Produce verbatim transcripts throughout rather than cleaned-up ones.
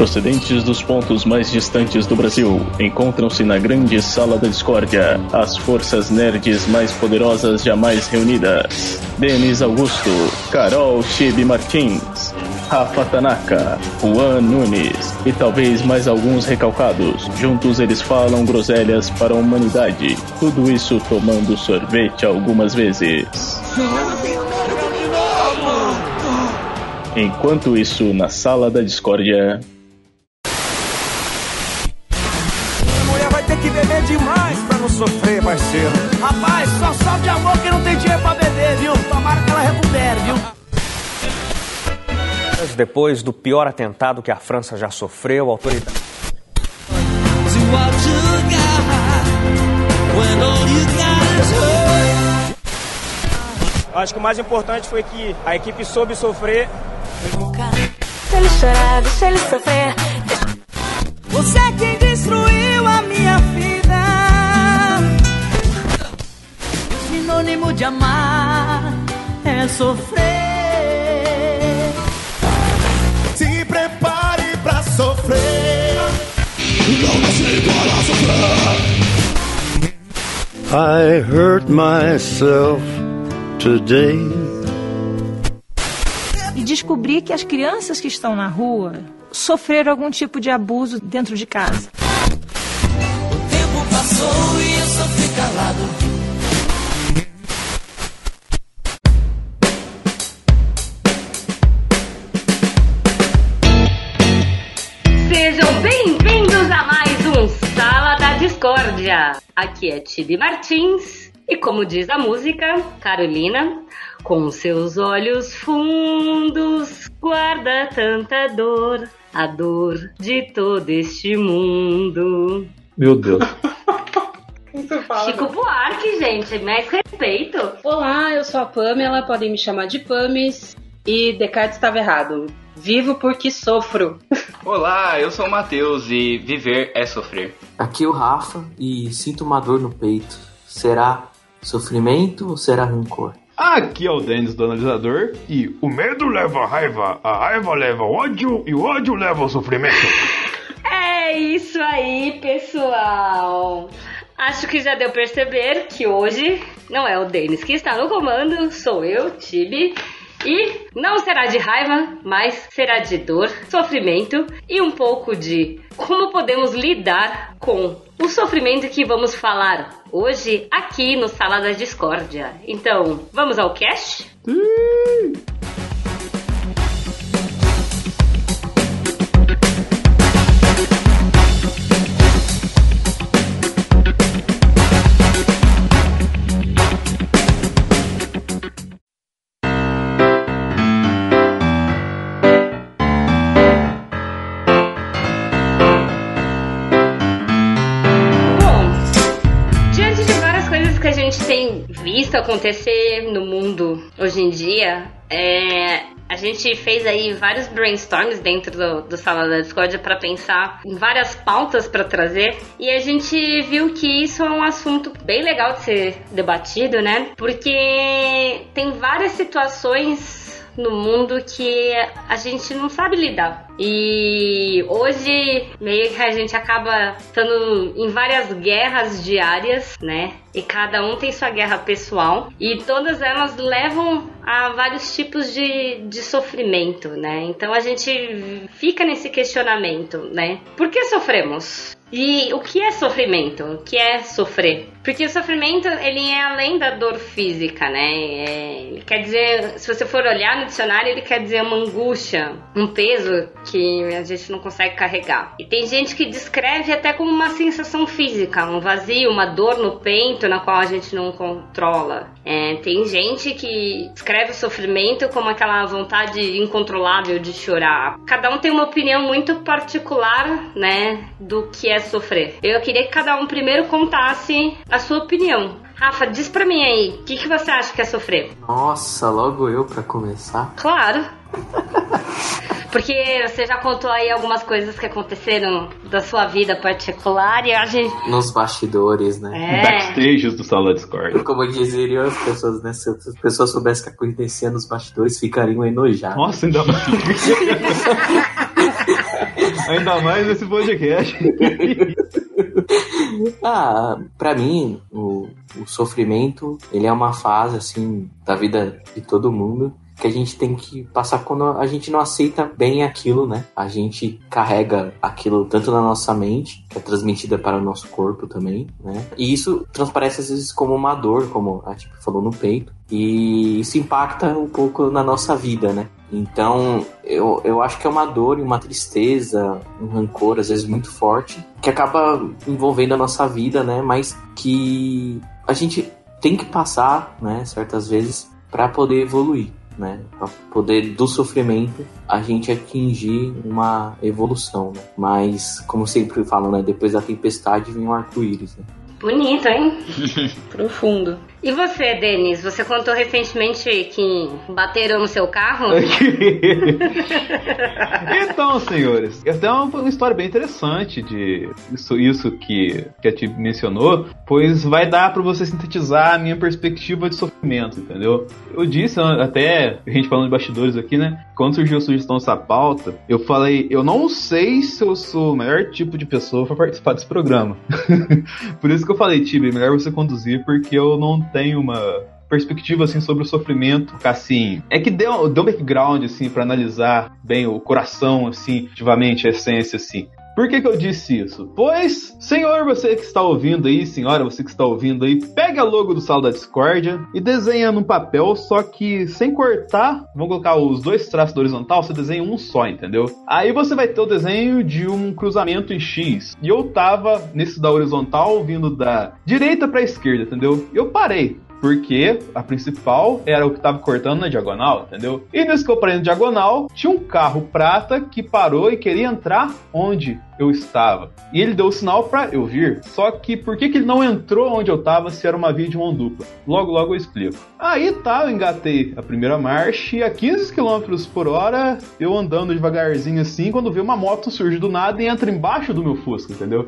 Procedentes dos pontos mais distantes do Brasil, encontram-se na grande sala da discórdia as forças nerds mais poderosas jamais reunidas. Denis Augusto, Carol Chibi Martins, Rafa Tanaka, Juan Nunes e talvez mais alguns recalcados. Juntos eles falam groselhas para a humanidade. Tudo isso tomando sorvete algumas vezes. Enquanto isso, na sala da discórdia... Mulher vai ter que beber demais pra não sofrer, parceiro. Rapaz, só sofre de amor que não tem dinheiro pra beber, viu? Tomara que ela recupere, viu? Depois do pior atentado que a França já sofreu, a autoridade... Acho que o mais importante foi que a equipe soube sofrer. Se ele chorar, deixa ele sofrer. Você é quem destruiu a minha vida. Sinônimo de amar é sofrer. Se prepare pra sofrer. Não nasci para sofrer. I hurt myself today. E descobri que as crianças que estão na rua sofreram algum tipo de abuso dentro de casa. O tempo passou e eu sofri calado. Sejam bem-vindos a mais um Sala da Discórdia. Aqui é Chibi Martins e, como diz a música, Carolina, com seus olhos fundos, guarda tanta dor, a dor de todo este mundo. Meu Deus. Chico Buarque, gente, mais respeito. Olá, eu sou a Pamela, podem me chamar de Pamis. E Descartes estava errado. Vivo porque sofro. Olá, eu sou o Matheus e viver é sofrer. Aqui é o Rafa e sinto uma dor no peito. Será sofrimento ou será rancor? Aqui é o Denis do Analisador e o medo leva a raiva, a raiva leva ao ódio e o ódio leva ao sofrimento. É isso aí, pessoal. Acho que já deu pra perceber que hoje não é o Denis que está no comando, sou eu, Chibi. E não será de raiva, mas será de dor, sofrimento e um pouco de como podemos lidar com o sofrimento que vamos falar hoje aqui no Sala da Discórdia. Então, vamos ao cast? Hum. Tem visto acontecer no mundo hoje em dia, é, a gente fez aí vários brainstorms dentro do, do Sala da Discórdia para pensar em várias pautas para trazer, e a gente viu que isso é um assunto bem legal de ser debatido, né? Porque tem várias situações no mundo que a gente não sabe lidar. E hoje meio que a gente acaba estando em várias guerras diárias, né? E cada um tem sua guerra pessoal. E todas elas levam a vários tipos de, de sofrimento, né? Então a gente fica nesse questionamento, né? Por que sofremos? E o que é sofrimento? O que é sofrer? Porque o sofrimento, ele é além da dor física, né? É, ele quer dizer, se você for olhar no dicionário, ele quer dizer uma angústia, um peso que a gente não consegue carregar. E tem gente que descreve até como uma sensação física, um vazio, uma dor no peito na qual a gente não controla. É, tem gente que descreve o sofrimento como aquela vontade incontrolável de chorar. Cada um tem uma opinião muito particular, né, do que é sofrer. Eu queria que cada um primeiro contasse a sua opinião. Rafa, diz pra mim aí, o que, que você acha que é sofrer? Nossa, logo eu pra começar? Claro. Porque você já contou aí algumas coisas que aconteceram da sua vida particular e a gente... Nos bastidores, né? É. Backstages do Sala Discord. Como dizeriam as pessoas, né? Se as pessoas soubessem que acontecia nos bastidores, ficariam enojadas. Nossa, ainda mais. Ainda mais nesse podcast. Ah, pra mim, o, o sofrimento, ele é uma fase, assim, da vida de todo mundo, que a gente tem que passar quando a gente não aceita bem aquilo, né? A gente carrega aquilo tanto na nossa mente, que é transmitida para o nosso corpo também, né? E isso transparece às vezes como uma dor, como a Tipi falou, no peito. E isso impacta um pouco na nossa vida, né? Então, eu, eu acho que é uma dor e uma tristeza, um rancor, às vezes muito forte, que acaba envolvendo a nossa vida, né? Mas que a gente tem que passar, né? Certas vezes, para poder evoluir, né? Para poder, do sofrimento, a gente atingir uma evolução, né? Mas, como sempre falam, né? Depois da tempestade vem o arco-íris, né? Bonito, hein? Profundo. E você, Denis? Você contou recentemente que bateram no seu carro? Então, senhores, essa é uma, uma história bem interessante de isso, isso que, que a Tibi mencionou, pois vai dar pra você sintetizar a minha perspectiva de sofrimento, entendeu? Eu disse, até a gente falando de bastidores aqui, né? Quando surgiu a sugestão dessa pauta, eu falei, eu não sei se eu sou o melhor tipo de pessoa pra participar desse programa. Por isso que eu falei, Tibi, é melhor você conduzir, porque eu não tenho uma perspectiva, assim, sobre o sofrimento, assim, é que deu, deu background, assim, pra analisar bem o coração, assim, ativamente, a essência, assim. Por que que eu disse isso? Pois, senhor, você que está ouvindo aí, senhora, você que está ouvindo aí, pega a logo do Sala da Discórdia e desenha num papel, só que sem cortar, vamos colocar os dois traços da horizontal, você desenha um só, entendeu? Aí você vai ter o desenho de um cruzamento em X. E eu tava nesse da horizontal, vindo da direita pra esquerda, entendeu? Eu parei. Porque a principal era o que tava cortando na diagonal, entendeu? E nesse que eu parei na diagonal, tinha um carro prata que parou e queria entrar onde eu estava. E ele deu o sinal pra eu vir. Só que por que que ele não entrou onde eu tava se era uma via de mão dupla? Logo, logo eu explico. Aí tá, eu engatei a primeira marcha e a quinze quilômetros por hora, eu andando devagarzinho assim, quando vi uma moto surge do nada e entra embaixo do meu Fusca, entendeu?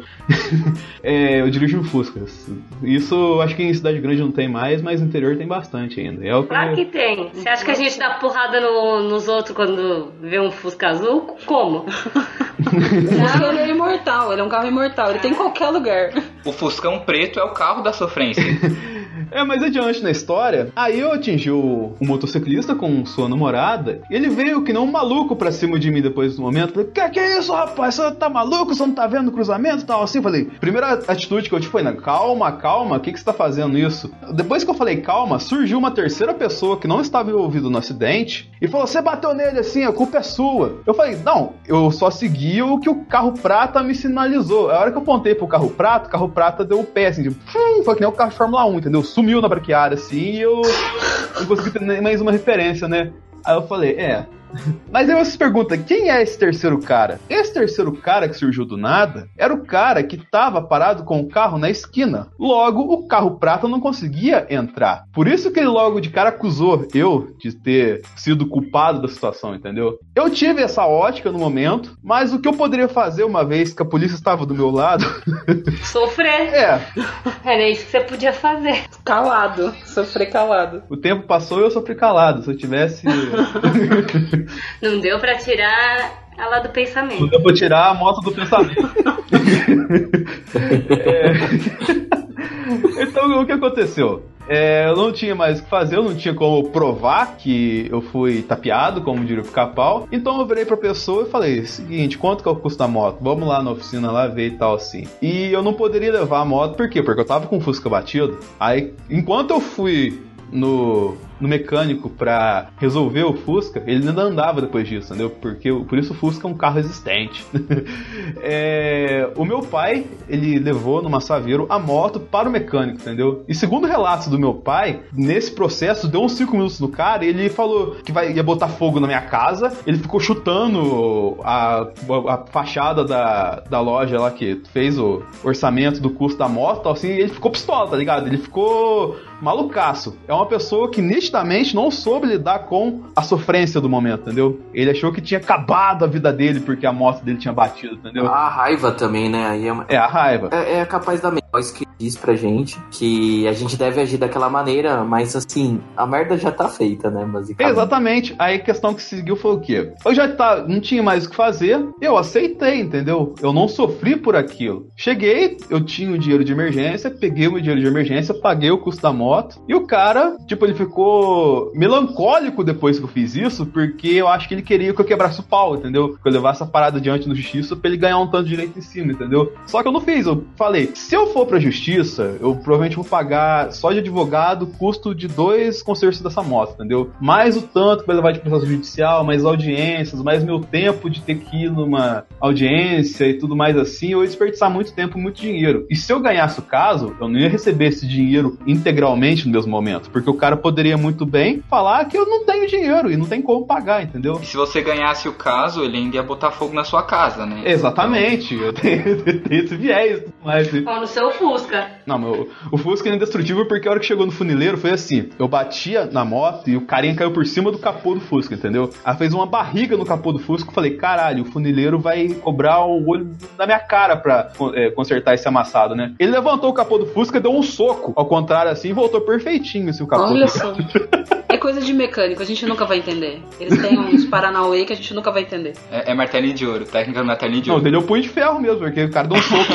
É, eu dirijo um Fusca. Isso acho que em cidade grande não tem mais, mas no interior tem bastante ainda. É o que claro que tem. Você acha que a gente dá porrada no, nos outros quando vê um Fusca azul? Como? Não, ele é imortal, ele é um carro imortal, ele tem em qualquer lugar. O Fuscão preto é o carro da sofrência. É, mas adiante na história, aí eu atingi o, o motociclista com sua namorada, e ele veio que nem um maluco pra cima de mim depois do momento. Falei, que que é isso, rapaz? Você tá maluco? Você não tá vendo o cruzamento e tal assim? Falei, primeira atitude que eu tive foi, né, calma, calma, o que que você tá fazendo isso? Depois que eu falei calma, surgiu uma terceira pessoa que não estava envolvida no acidente e falou, você bateu nele assim, a culpa é sua. Eu falei, não, eu só segui o que o carro prata me sinalizou. A hora que eu apontei pro carro prata, o carro prata deu o pé, assim, tipo, foi que nem o carro de Fórmula um, entendeu? Sumiu na braquiária, assim, e eu não consegui ter nem mais uma referência, né? Aí eu falei, é... Mas aí você se pergunta, quem é esse terceiro cara? Esse terceiro cara que surgiu do nada era o cara que tava parado com o carro na esquina. Logo, o carro prata não conseguia entrar. Por isso que ele logo de cara acusou eu de ter sido culpado da situação, entendeu? Eu tive essa ótica no momento, mas o que eu poderia fazer uma vez que a polícia estava do meu lado... Sofrer. É. Era isso que você podia fazer. Calado. Sofrer calado. O tempo passou e eu sofri calado. Se eu tivesse... Não deu pra tirar ela do pensamento. Não deu pra tirar a moto do pensamento. É... Então, o que aconteceu? É, eu não tinha mais o que fazer, eu não tinha como provar que eu fui tapeado, como diria o Pica-Pau. Então eu virei pra pessoa e falei, seguinte, quanto que é o custo da moto? Vamos lá na oficina lá ver e tal assim. E eu não poderia levar a moto, por quê? Porque eu tava com o Fusca batido. Aí, enquanto eu fui no... no mecânico pra resolver o Fusca, ele ainda andava depois disso, entendeu? Porque, por isso o Fusca é um carro resistente. É, o meu pai, ele levou numa Saveiro a moto para o mecânico, entendeu? E segundo relatos do meu pai, nesse processo, deu uns cinco minutos no cara e ele falou que vai, ia botar fogo na minha casa, ele ficou chutando a, a fachada da, da loja lá que fez o orçamento do custo da moto, assim, e ele ficou pistola, tá ligado? Ele ficou malucaço. É uma pessoa que nitidamente não soube lidar com a sofrência do momento, entendeu? Ele achou que tinha acabado a vida dele porque a moto dele tinha batido, entendeu? A raiva também, né? Aí é, uma... é a raiva. É, é capaz da mente. voz que diz pra gente que a gente deve agir daquela maneira, mas assim, a merda já tá feita, né, basicamente. Exatamente. Aí a questão que seguiu foi o quê? Eu já tá, não tinha mais o que fazer, eu aceitei, entendeu? Eu não sofri por aquilo. Cheguei, eu tinha o dinheiro de emergência, peguei o meu dinheiro de emergência, paguei o custo da moto, e o cara, tipo, ele ficou melancólico depois que eu fiz isso, porque eu acho que ele queria que eu quebrasse o pau, entendeu? Que eu levasse a parada adiante no justiça pra ele ganhar um tanto de direito em cima, entendeu? Só que eu não fiz, eu falei, se eu for pra justiça, eu provavelmente vou pagar só de advogado o custo de dois concertos dessa moto, entendeu? Mais o tanto que vai levar de processo judicial, mais audiências, mais meu tempo de ter que ir numa audiência e tudo mais assim, eu ia desperdiçar muito tempo e muito dinheiro. E se eu ganhasse o caso, eu não ia receber esse dinheiro integralmente no mesmo momento, porque o cara poderia muito bem falar que eu não tenho dinheiro e não tem como pagar, entendeu? E se você ganhasse o caso, ele ainda ia botar fogo na sua casa, né? Exatamente, eu tenho, eu tenho esse viés. Mas... Ou no seu Fusca. Não, meu, o Fusca é indestrutível porque a hora que chegou no funileiro foi assim, eu batia na moto e o carinha caiu por cima do capô do Fusca, entendeu? Aí fez uma barriga no capô do Fusca, eu falei, caralho, o funileiro vai cobrar o olho da minha cara pra é, consertar esse amassado, né? Ele levantou o capô do Fusca, deu um soco, ao contrário assim, e voltou perfeitinho assim, o capô. Olha só. É coisa de mecânico, a gente nunca vai entender. Eles têm uns Paranauê que a gente nunca vai entender. É, é martelinho de ouro, técnica do martelinho de ouro. Não, dele é o punho de ferro mesmo, porque o cara deu um soco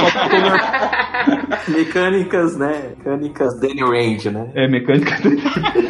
no Mecânicas, né? Mecânicas Danny Rand, né? É, mecânicas Danny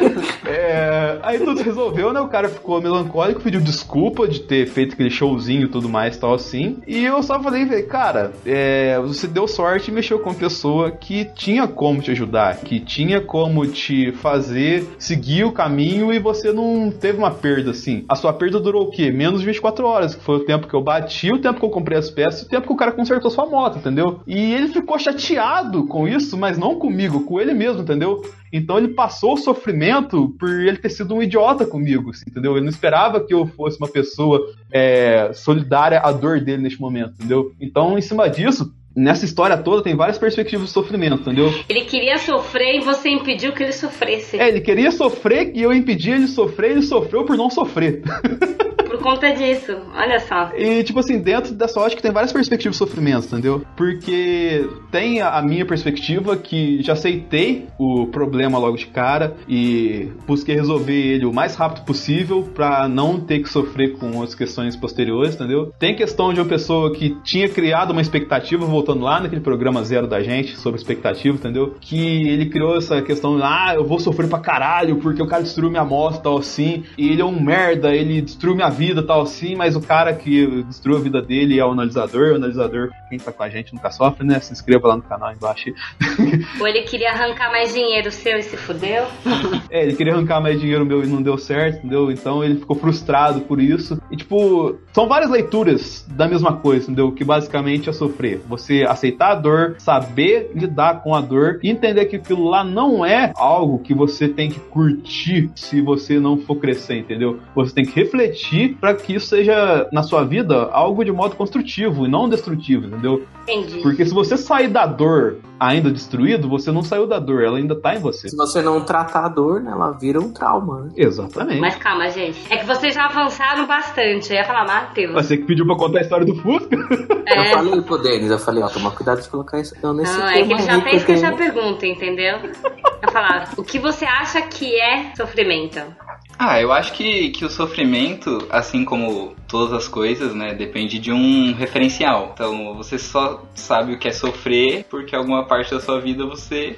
é, aí tudo se resolveu, né? O cara ficou melancólico, pediu desculpa de ter feito aquele showzinho e tudo mais, tal assim. E eu só falei, cara, é, você deu sorte e mexeu com uma pessoa que tinha como te ajudar, que tinha como te fazer seguir o caminho e você não teve uma perda, assim. A sua perda durou o quê? Menos de vinte e quatro horas, que foi o tempo que eu bati, o tempo que eu comprei as peças, o tempo que o cara consertou sua moto, entendeu? E ele ficou chateado com isso, mas não comigo, com ele mesmo, entendeu? Então ele passou o sofrimento por ele ter sido um idiota comigo, assim, entendeu? Ele não esperava que eu fosse uma pessoa é, solidária à dor dele neste momento, entendeu? Então, em cima disso, nessa história toda tem várias perspectivas de sofrimento, entendeu? Ele queria sofrer e você impediu que ele sofresse. É, ele queria sofrer e eu impedi ele de sofrer e ele sofreu por não sofrer. Por conta disso, olha só. E, tipo assim, dentro dessa ótica tem várias perspectivas de sofrimento, entendeu? Porque tem a, a minha perspectiva que já aceitei o problema logo de cara e busquei resolver ele o mais rápido possível pra não ter que sofrer com outras questões posteriores, entendeu? Tem questão de uma pessoa que tinha criado uma expectativa, voltando lá naquele programa zero da gente, sobre expectativa, entendeu? Que ele criou essa questão, ah, eu vou sofrer pra caralho porque o cara destruiu minha moto, tal assim, e ele é um merda, ele destruiu minha vida, tal assim, mas o cara que destruiu a vida dele é o analisador, o analisador, quem tá com a gente nunca sofre, né? Se inscreva lá no canal embaixo. Ou ele queria arrancar mais dinheiro seu e se fudeu? É, ele queria arrancar mais dinheiro meu e não deu certo, entendeu? Então ele ficou frustrado por isso. E tipo, são várias leituras da mesma coisa, entendeu? Que basicamente é sofrer. Você aceitar a dor, saber lidar com a dor e entender que aquilo lá não é algo que você tem que curtir se você não for crescer, entendeu? Você tem que refletir para que isso seja, na sua vida, algo de modo construtivo e não destrutivo, entendeu? Entendi. Porque se você sair da dor ainda destruído, você não saiu da dor, ela ainda tá em você. Se você não tratar a dor, né, ela vira um trauma, né? Exatamente. Mas calma, gente. É que vocês já avançaram bastante. Eu ia falar, Matheus. Você que pediu pra contar a história do Fusca? É. Eu falei pro Denis, eu falei, ó, toma cuidado de colocar isso não, nesse não, tema. É que ele já fez que tem... já pergunta, entendeu? Eu falar, o que você acha que é sofrimento? Ah, eu acho que, que o sofrimento, assim como todas as coisas, né, depende de um referencial. Então, você só sabe o que é sofrer porque alguma parte da sua vida você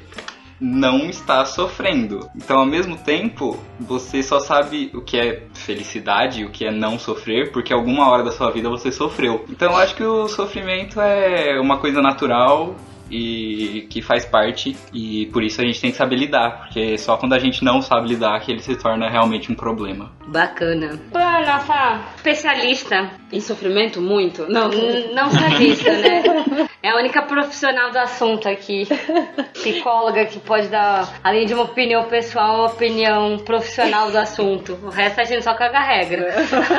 não está sofrendo. Então, ao mesmo tempo, você só sabe o que é felicidade, o que é não sofrer, porque alguma hora da sua vida você sofreu. Então, eu acho que o sofrimento é uma coisa natural e que faz parte, e por isso a gente tem que saber lidar, porque só quando a gente não sabe lidar que ele se torna realmente um problema. Bacana. Pô, nossa especialista em sofrimento, muito? Não, N- não especialista, né? É a única profissional do assunto aqui, psicóloga que pode dar, além de uma opinião pessoal, uma opinião profissional do assunto. O resto a gente só caga a regra.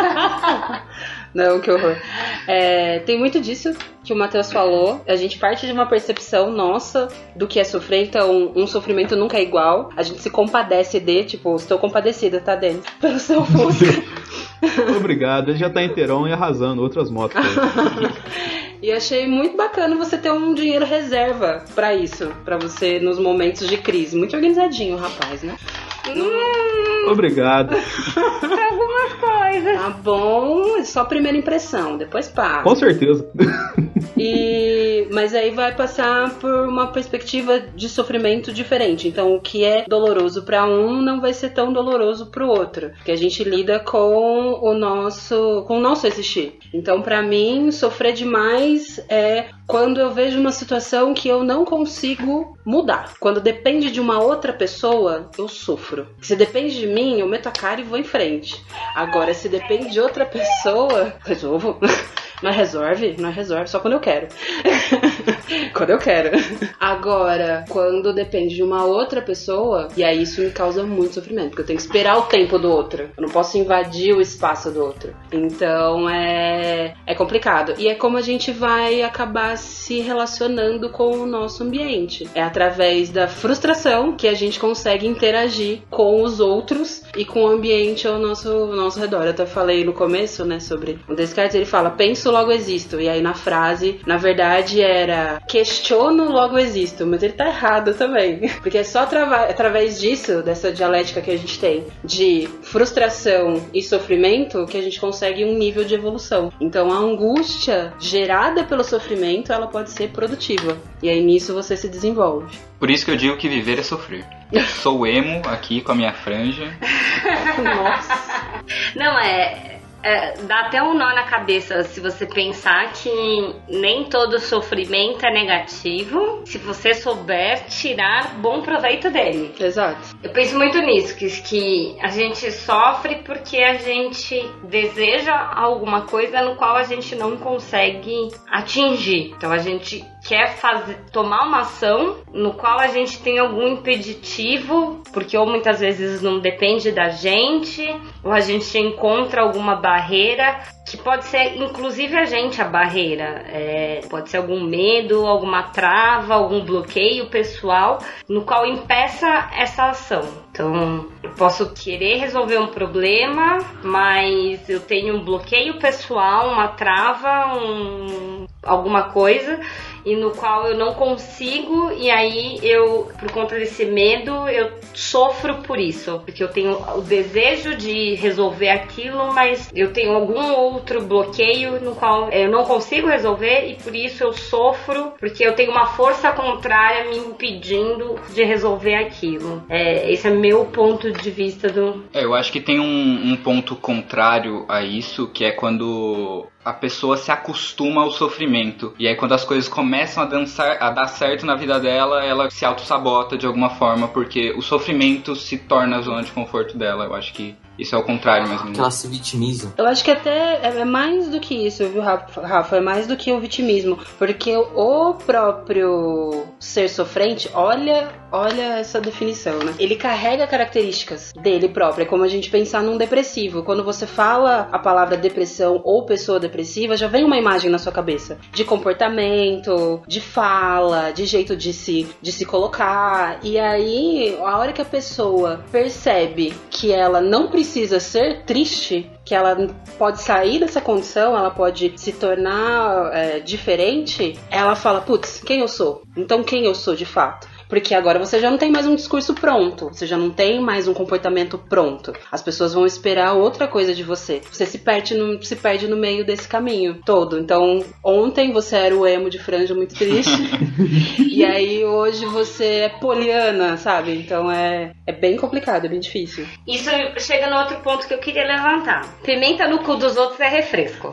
Não, que horror. É, tem muito disso que o Matheus falou. A gente parte de uma percepção nossa do que é sofrer. Então, um sofrimento nunca é igual. A gente se compadece de, tipo, estou compadecida, tá, Denis? Pelo seu Fusca. Obrigado, ele já tá inteirão e arrasando outras motos. E achei muito bacana você ter um dinheiro reserva pra isso, pra você nos momentos de crise. Muito organizadinho, rapaz, né? Hum, Obrigado. Algumas coisas. Tá bom, só primeira impressão, depois passa. Com certeza. E, mas aí vai passar por uma perspectiva de sofrimento diferente. Então, o que é doloroso para um não vai ser tão doloroso para o outro, porque a gente lida com o nosso, com o nosso existir. Então, para mim, sofrer demais é quando eu vejo uma situação que eu não consigo mudar. Quando depende de uma outra pessoa, eu sofro. Se depende de mim, eu meto a cara e vou em frente. Agora, se depende de outra pessoa, resolvo. Não resolve? Não resolve, só quando eu quero. Quando eu quero. Agora, quando depende de uma outra pessoa, e aí isso me causa muito sofrimento, porque eu tenho que esperar o tempo do outro. Eu não posso invadir o espaço do outro. Então é, é complicado. E é como a gente vai acabar se relacionando com o nosso ambiente. É através da frustração que a gente consegue interagir com os outros e com o ambiente ao nosso, ao nosso redor. Eu até falei no começo, né, sobre o Descartes, ele fala, penso, logo existo. E aí na frase, na verdade era questiono, logo existo. Mas ele tá errado também. Porque é só trava- através disso, dessa dialética que a gente tem, de frustração e sofrimento, que a gente consegue um nível de evolução. Então a angústia gerada pelo sofrimento, ela pode ser produtiva. E aí nisso você se desenvolve. Por isso que eu digo que viver é sofrer. Sou emo aqui com a minha franja. Nossa. Não, é... É, dá até um nó na cabeça se você pensar que nem todo sofrimento é negativo se você souber tirar bom proveito dele. Exato. Eu penso muito nisso, que, que a gente sofre porque a gente deseja alguma coisa no qual a gente não consegue atingir. Então a gente quer fazer, tomar uma ação no qual a gente tem algum impeditivo, porque ou muitas vezes não depende da gente, ou a gente encontra alguma barreira, que pode ser inclusive a gente a barreira, é, pode ser algum medo, alguma trava, algum bloqueio pessoal, no qual impeça essa ação. Então, eu posso querer resolver um problema, mas eu tenho um bloqueio pessoal, uma trava, um, alguma coisa, e no qual eu não consigo, e aí eu, por conta desse medo, eu sofro por isso, porque eu tenho o desejo de resolver aquilo, mas eu tenho algum outro bloqueio no qual eu não consigo resolver, e por isso eu sofro, porque eu tenho uma força contrária me impedindo de resolver aquilo. É, esse é meu ponto de vista do... É, eu acho que tem um, um ponto contrário a isso, que é quando a pessoa se acostuma ao sofrimento. E aí quando as coisas começam a, dançar, a dar certo na vida dela, ela se auto-sabota de alguma forma, porque o sofrimento se torna a zona de conforto dela. Eu acho que isso é o contrário mesmo. Porque ela se vitimiza. Eu acho que até é mais do que isso, viu, Rafa? É mais do que o vitimismo. Porque o próprio ser sofrente, olha, olha essa definição, né? Ele carrega características dele próprio. É como a gente pensar num depressivo. Quando você fala a palavra depressão ou pessoa depressiva, já vem uma imagem na sua cabeça. De comportamento, de fala, de jeito de se, de se colocar. E aí, a hora que a pessoa percebe que ela não precisa precisa ser triste, que ela pode sair dessa condição, ela pode se tornar é, diferente, ela fala, putz, quem eu sou? Então quem eu sou de fato? Porque agora você já não tem mais um discurso pronto, você já não tem mais um comportamento pronto. As pessoas vão esperar outra coisa de você. Você se perde no, se perde no meio desse caminho todo. Então, ontem você era o emo de franja muito triste, e aí hoje você é poliana, sabe? Então é, é bem complicado, é bem difícil. Isso chega no outro ponto que eu queria levantar. Pimenta no cu dos outros é refresco.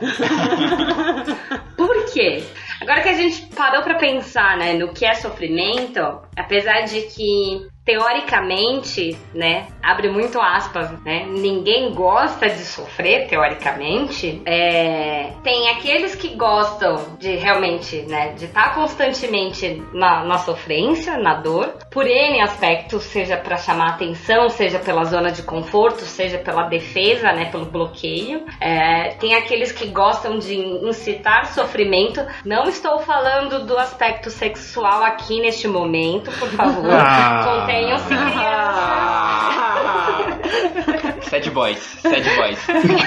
Por quê? Agora que a gente parou pra pensar, né, no que é sofrimento, apesar de que teoricamente, né, abre muito aspas, né, ninguém gosta de sofrer, teoricamente, é, tem aqueles que gostam de realmente, né, de estar constantemente na, na sofrência, na dor, por N aspectos, seja para chamar atenção, seja pela zona de conforto, seja pela defesa, né, pelo bloqueio. É, tem aqueles que gostam de incitar sofrimento. Não estou falando do aspecto sexual aqui neste momento, por favor. Ah. Contenham-se crianças. Sad boys, sad boys.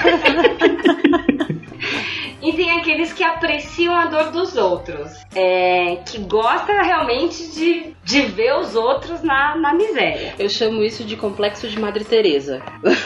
E tem aqueles que apreciam a dor dos outros, é, que gosta realmente de, de ver os outros na, na miséria. Eu chamo isso de complexo de Madre Teresa.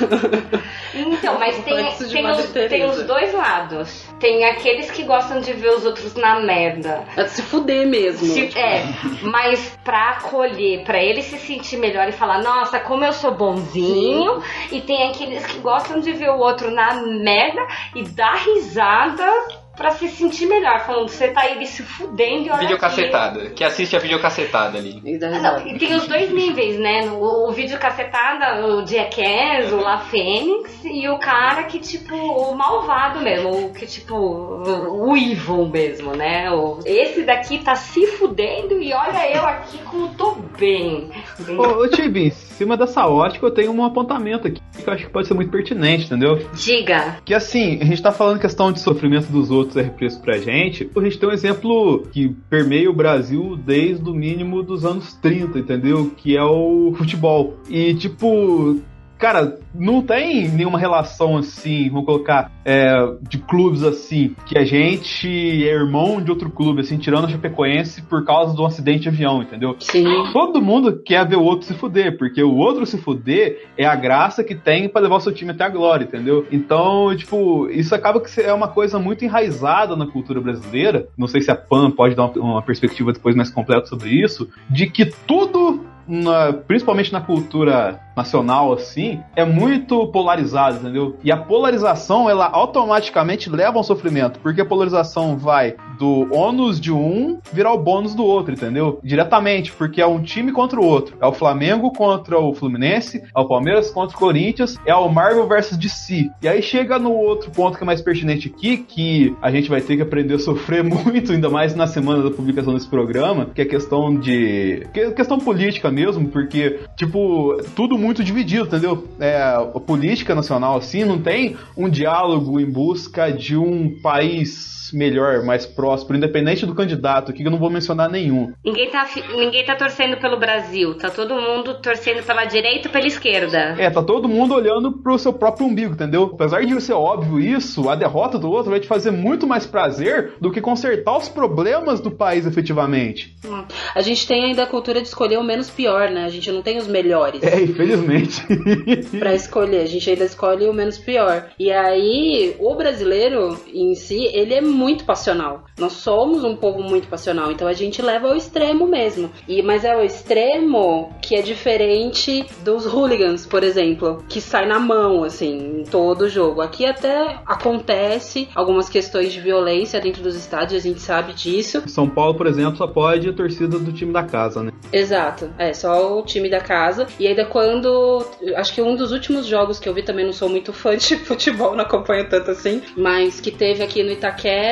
Então, mas tem, tem, os, tem os dois lados. Tem aqueles que gostam de ver os outros na merda. Se fuder mesmo. Se, é, mas pra acolher, pra ele se sentir melhor e falar, nossa, como eu sou bonzinho. Sim. E tem aqueles que gostam de ver o outro na merda e dar risada pra se sentir melhor, falando, você tá aí se fudendo e olha videocacetada, aqui. Que assiste a videocacetada ali. Ah, não, e tem os dois níveis, né? O, o videocacetada, o Jackass, o La Fênix, e o cara que, tipo, o malvado mesmo, o que, tipo, o, o evil mesmo, né? O, esse daqui tá se fudendo e olha eu aqui como tô bem. Ô, ô Tibi, em cima dessa ótica eu tenho um apontamento aqui que eu acho que pode ser muito pertinente, entendeu? Diga. Que assim, a gente tá falando questão de sofrimento dos outros é represso pra gente. A gente tem um exemplo que permeia o Brasil desde o mínimo dos anos trinta, entendeu? Que é o futebol. E tipo, cara, não tem nenhuma relação assim, vamos colocar, é, de clubes assim, que a gente é irmão de outro clube, assim, tirando a Chapecoense por causa de um acidente de avião, entendeu? Sim. Todo mundo quer ver o outro se fuder, porque o outro se fuder é a graça que tem pra levar o seu time até a glória, entendeu? Então, tipo, isso acaba que é uma coisa muito enraizada na cultura brasileira, não sei se a Pan pode dar uma, uma perspectiva depois mais completa sobre isso, de que tudo, na, principalmente na cultura nacional, assim, é muito polarizado, entendeu? E a polarização, ela automaticamente leva ao sofrimento, porque a polarização vai do ônus de um virar o bônus do outro, entendeu? Diretamente, porque é um time contra o outro. É o Flamengo contra o Fluminense, é o Palmeiras contra o Corinthians, é o Marvel versus D C. E aí chega no outro ponto que é mais pertinente aqui, que a gente vai ter que aprender a sofrer muito, ainda mais na semana da publicação desse programa, que é questão de... que é questão política mesmo, porque, tipo, tudo muito muito dividido, entendeu? É, a política nacional, assim, não tem um diálogo em busca de um país melhor, mais próspero, independente do candidato, aqui eu não vou mencionar nenhum. Ninguém tá, ninguém tá torcendo pelo Brasil, tá todo mundo torcendo pela direita ou pela esquerda. É, tá todo mundo olhando pro seu próprio umbigo, entendeu? Apesar de ser óbvio isso, a derrota do outro vai te fazer muito mais prazer do que consertar os problemas do país efetivamente. A gente tem ainda a cultura de escolher o menos pior, né? A gente não tem os melhores. É, infelizmente. Pra escolher, a gente ainda escolhe o menos pior. E aí, o brasileiro em si, ele é muito passional. Nós somos um povo muito passional, então a gente leva ao extremo mesmo. E, mas é o extremo que é diferente dos hooligans, por exemplo, que sai na mão, assim, em todo jogo. Aqui até acontece algumas questões de violência dentro dos estádios, a gente sabe disso. São Paulo, por exemplo, só pode a torcida do time da casa, né? Exato, é só o time da casa. E ainda quando, acho que um dos últimos jogos que eu vi, também não sou muito fã de futebol, não acompanho tanto assim, mas que teve aqui no Itaquera,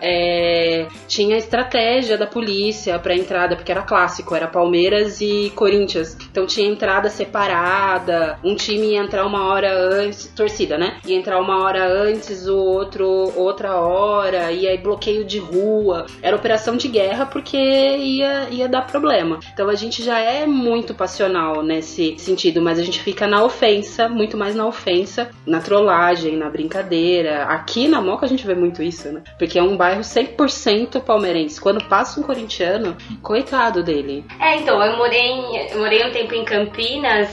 é, tinha estratégia da polícia pra entrada, porque era clássico, era Palmeiras e Corinthians, então tinha entrada separada, um time ia entrar uma hora antes, torcida, né? Ia entrar uma hora antes, o outro outra hora, e aí bloqueio de rua, era operação de guerra porque ia, ia dar problema. Então a gente já é muito passional nesse sentido, mas a gente fica na ofensa, muito mais na ofensa, na trollagem, na brincadeira. Aqui na Moca a gente vê muito isso, né? Porque é um bairro cem por cento palmeirense. Quando passa um corintiano, coitado dele. É, então, eu morei, eu morei um tempo em Campinas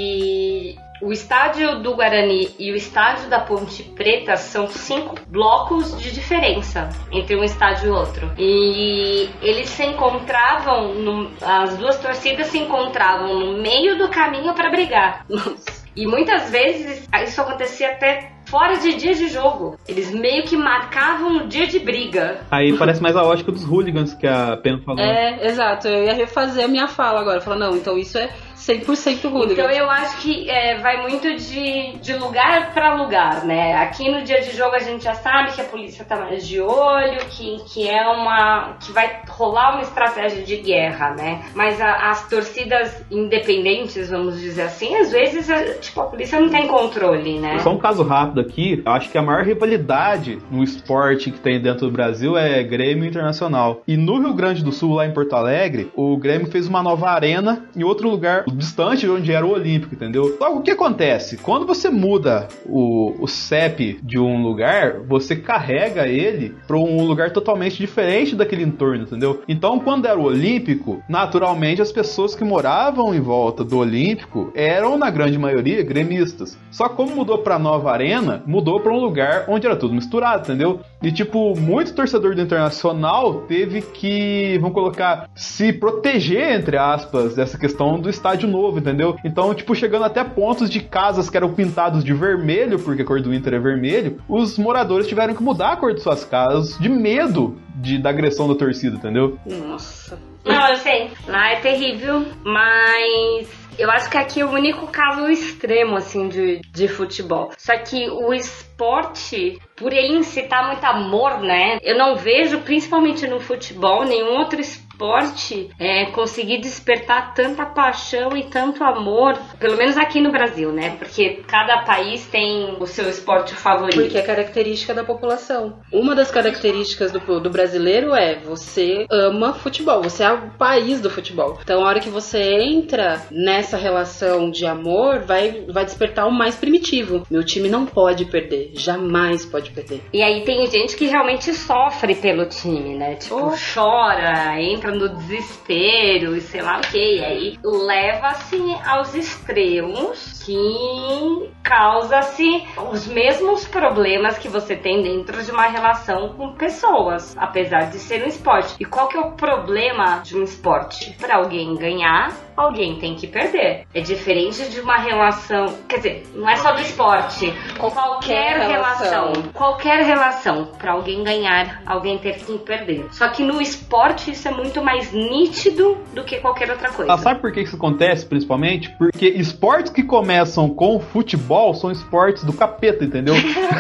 e o estádio do Guarani e o estádio da Ponte Preta são cinco blocos de diferença entre um estádio e outro. E eles se encontravam, no, as duas torcidas se encontravam no meio do caminho para brigar. E muitas vezes isso acontecia até fora de dia de jogo. Eles meio que marcavam o dia de briga. Aí parece mais a ótica dos hooligans que a Pena falou. É, exato. Eu ia refazer a minha fala agora. Falar, não, então isso é cem por cento hooligan. Então eu acho que é, vai muito de, de lugar pra lugar, né? Aqui no dia de jogo a gente já sabe que a polícia tá mais de olho, que, que é uma... que vai rolar uma estratégia de guerra, né? Mas a, as torcidas independentes, vamos dizer assim, às vezes a, tipo, a polícia não tem controle, né? Só um caso rápido aqui, acho que a maior rivalidade no esporte que tem dentro do Brasil é Grêmio Internacional. E no Rio Grande do Sul, lá em Porto Alegre, o Grêmio fez uma nova arena em outro lugar distante de onde era o Olímpico, entendeu? Só o que acontece? Quando você muda o, o C E P de um lugar, você carrega ele para um lugar totalmente diferente daquele entorno, entendeu? Então, quando era o Olímpico, naturalmente as pessoas que moravam em volta do Olímpico eram, na grande maioria, gremistas. Só que como mudou pra nova arena, mudou pra um lugar onde era tudo misturado, entendeu? E, tipo, muito torcedor do Internacional teve que, vamos colocar, se proteger, entre aspas, dessa questão do estádio novo, entendeu? Então, tipo, chegando até pontos de casas que eram pintados de vermelho, porque a cor do Inter é vermelho, os moradores tiveram que mudar a cor de suas casas de medo de, da agressão da torcida, entendeu? Nossa. Não, eu sei. Lá é terrível, mas eu acho que aqui é o único caso extremo, assim, de, de futebol. Só que o esporte, por ele incitar muito amor, né? Eu não vejo, principalmente no futebol, nenhum outro esporte é, conseguir despertar tanta paixão e tanto amor, pelo menos aqui no Brasil, né? Porque cada país tem o seu esporte favorito. Porque é característica da população. Uma das características do, do brasileiro é você ama futebol, você é o país do futebol. Então, a hora que você entra nessa relação de amor, vai, vai despertar o mais primitivo. Meu time não pode perder, jamais pode perder. E aí tem gente que realmente sofre pelo time, né? Tipo, oh. chora, entra no desespero e sei lá o que. E aí leva-se aos extremos que causa-se os mesmos problemas que você tem dentro de uma relação com pessoas, apesar de ser um esporte. E qual que é o problema de um esporte? Para alguém ganhar, alguém tem que perder. É diferente de uma relação, quer dizer, não é só do esporte, qualquer, qualquer relação. relação, qualquer relação, para alguém ganhar, alguém tem que perder. Só que no esporte isso é muito mais nítido do que qualquer outra coisa. Ah, sabe por que isso acontece, principalmente? Porque esportes que começam com futebol são esportes do capeta, entendeu?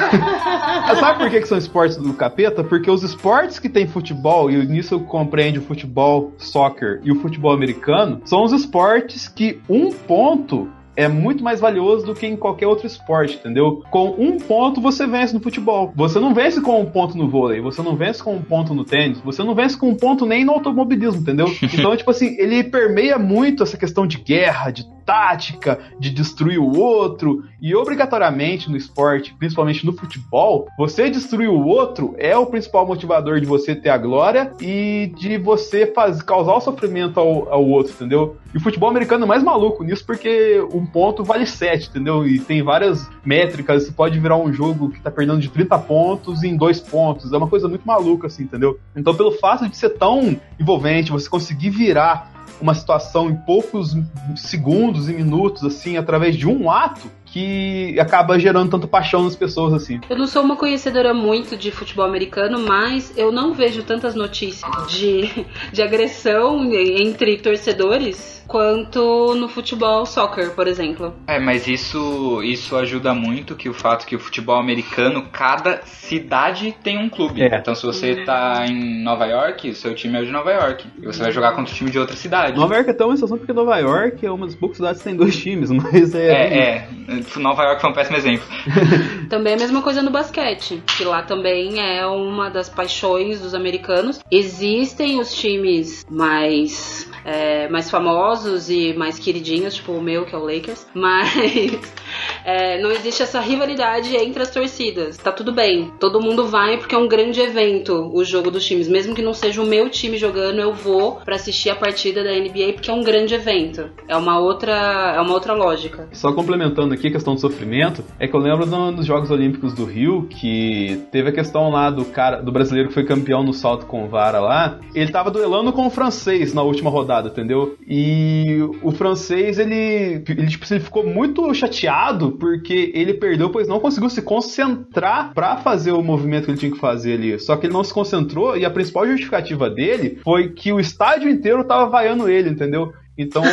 Sabe por que, que são esportes do capeta? Porque os esportes que tem futebol, e nisso compreende o futebol, soccer e o futebol americano, são os esportes que um ponto é muito mais valioso do que em qualquer outro esporte, entendeu? Com um ponto você vence no futebol. Você não vence com um ponto no vôlei, você não vence com um ponto no tênis, você não vence com um ponto nem no automobilismo, entendeu? Então, tipo assim, ele permeia muito essa questão de guerra, de tática, de destruir o outro, e obrigatoriamente no esporte, principalmente no futebol, você destruir o outro é o principal motivador de você ter a glória e de você faz, causar o sofrimento ao, ao outro, entendeu? E o futebol americano é mais maluco nisso porque um ponto vale sete, entendeu? E tem várias métricas, você pode virar um jogo que tá perdendo de trinta pontos em dois pontos, é uma coisa muito maluca assim, entendeu? Então, pelo fato de ser tão envolvente, você conseguir virar uma situação em poucos segundos e minutos, assim, através de um ato, que acaba gerando tanta paixão nas pessoas, assim. Eu não sou uma conhecedora muito de futebol americano, mas eu não vejo tantas notícias de, de agressão entre torcedores quanto no futebol soccer, por exemplo. É, mas isso, isso ajuda muito que o fato que o futebol americano, cada cidade tem um clube. É. Então, se você tá em Nova York, o seu time é o de Nova York. E você vai jogar contra o time de outra cidade. Nova York é tão uma situação porque Nova York é uma das poucas cidades que tem dois times, mas é... É, é. Nova York foi um péssimo exemplo. Também é a mesma coisa no basquete, que lá também é uma das paixões dos americanos. Existem os times mais... É, mais famosos e mais queridinhos, tipo o meu, que é o Lakers, mas é, não existe essa rivalidade entre as torcidas. Tá tudo bem, todo mundo vai porque é um grande evento o jogo dos times, mesmo que não seja o meu time jogando, eu vou pra assistir a partida da N B A porque é um grande evento. É uma outra, é uma outra lógica. Só complementando aqui a questão do sofrimento, é que eu lembro nos Jogos Olímpicos do Rio que teve a questão lá do cara, do brasileiro que foi campeão no salto com vara lá, ele tava duelando com o francês na última rodada, entendeu? E o francês, ele, ele, tipo, ele ficou muito chateado porque ele perdeu, pois não conseguiu se concentrar pra fazer o movimento que ele tinha que fazer ali. Só que ele não se concentrou e a principal justificativa dele foi que o estádio inteiro tava vaiando ele, entendeu? Então...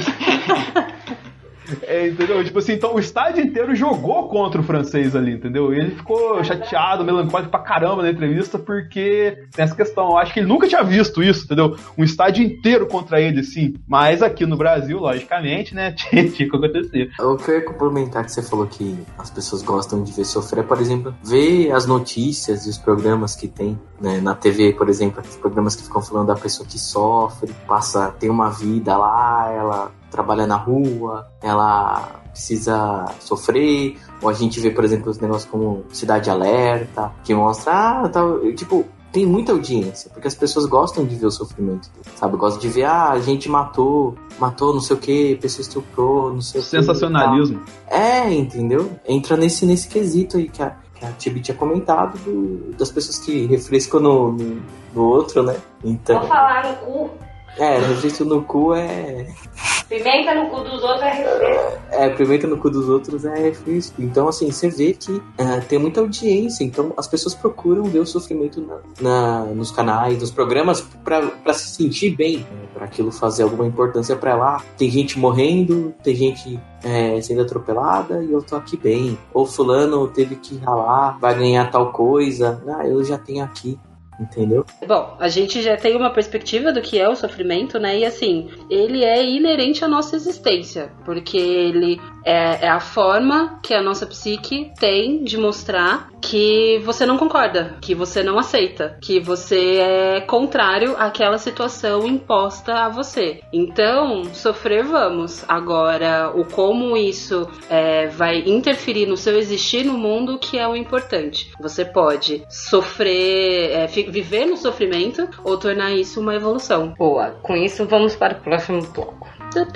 É, entendeu? Tipo assim, então o estádio inteiro jogou contra o francês ali, entendeu? E ele ficou chateado, melancólico pra caramba na entrevista, porque tem essa questão, eu acho que ele nunca tinha visto isso, entendeu? Um estádio inteiro contra ele, assim. Mas aqui no Brasil, logicamente, né, tinha que acontecer. Eu queria complementar que você falou que as pessoas gostam de ver sofrer, por exemplo, ver as notícias e os programas que tem, né, na T V, por exemplo, os programas que ficam falando da pessoa que sofre, passa, tem uma vida lá, ela trabalha na rua, ela precisa sofrer, ou a gente vê, por exemplo, os negócios como Cidade Alerta, que mostra, ah, tá, tipo, tem muita audiência, porque as pessoas gostam de ver o sofrimento, sabe? Gostam de ver, ah, a gente matou, matou não sei o que, pessoa estuprou, não sei o que. Sensacionalismo. É, entendeu? Entra nesse, nesse quesito aí que a, que a Tibi tinha comentado, do, das pessoas que refrescam no, no, no outro, né? Então, vou falar no cu. É, refresco no cu é... Pimenta no cu dos outros é refresco. É, pimenta no cu dos outros é refresco. Então, assim, você vê que é, tem muita audiência. Então, as pessoas procuram ver o sofrimento na, na, nos canais, nos programas, pra, pra se sentir bem, né? Pra aquilo fazer alguma importância pra lá. Tem gente morrendo, tem gente é, sendo atropelada e eu tô aqui bem. Ou fulano teve que ralar, vai ganhar tal coisa. Ah, eu já tenho aqui. Entendeu? Bom, a gente já tem uma perspectiva do que é o sofrimento, né? E assim, ele é inerente à nossa existência, porque ele é, é a forma que a nossa psique tem de mostrar que você não concorda, que você não aceita, que você é contrário àquela situação imposta a você. Então, sofrer vamos. Agora, o como isso é, vai interferir no seu existir no mundo, que é o importante. Você pode sofrer, é, viver no sofrimento ou tornar isso uma evolução. Boa, com isso vamos para o próximo bloco.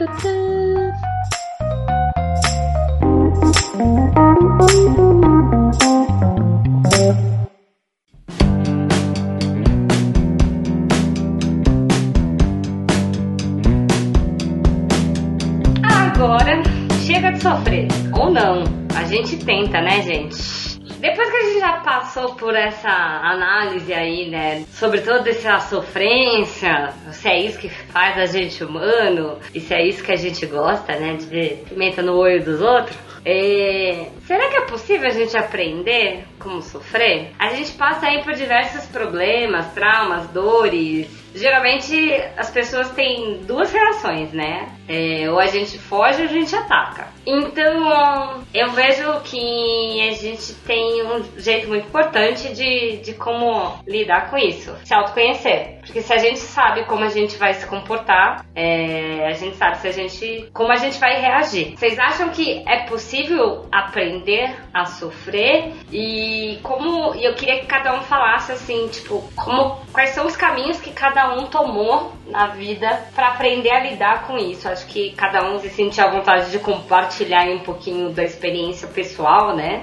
Agora, chega de sofrer. Ou não, a gente tenta, né, gente? Depois que a gente já passou por essa análise aí, né, sobre toda essa sofrência, se é isso que faz a gente humano, e se é isso que a gente gosta, né, de ver pimenta no olho dos outros, é... será que é possível a gente aprender como sofrer? A gente passa aí por diversos problemas, traumas, dores. Geralmente as pessoas têm duas reações, né? É, ou a gente foge ou a gente ataca. Então eu vejo que a gente tem um jeito muito importante de, de como lidar com isso. Se autoconhecer. Porque se a gente sabe como a gente vai se comportar, é, a gente sabe se a gente, como a gente vai reagir. Vocês acham que é possível aprender a sofrer? E como eu queria que cada um falasse assim, tipo, como, quais são os caminhos que cada um tomou na vida para aprender a lidar com isso. Acho que cada um se sentir à vontade de compartilhar um pouquinho da experiência pessoal, né?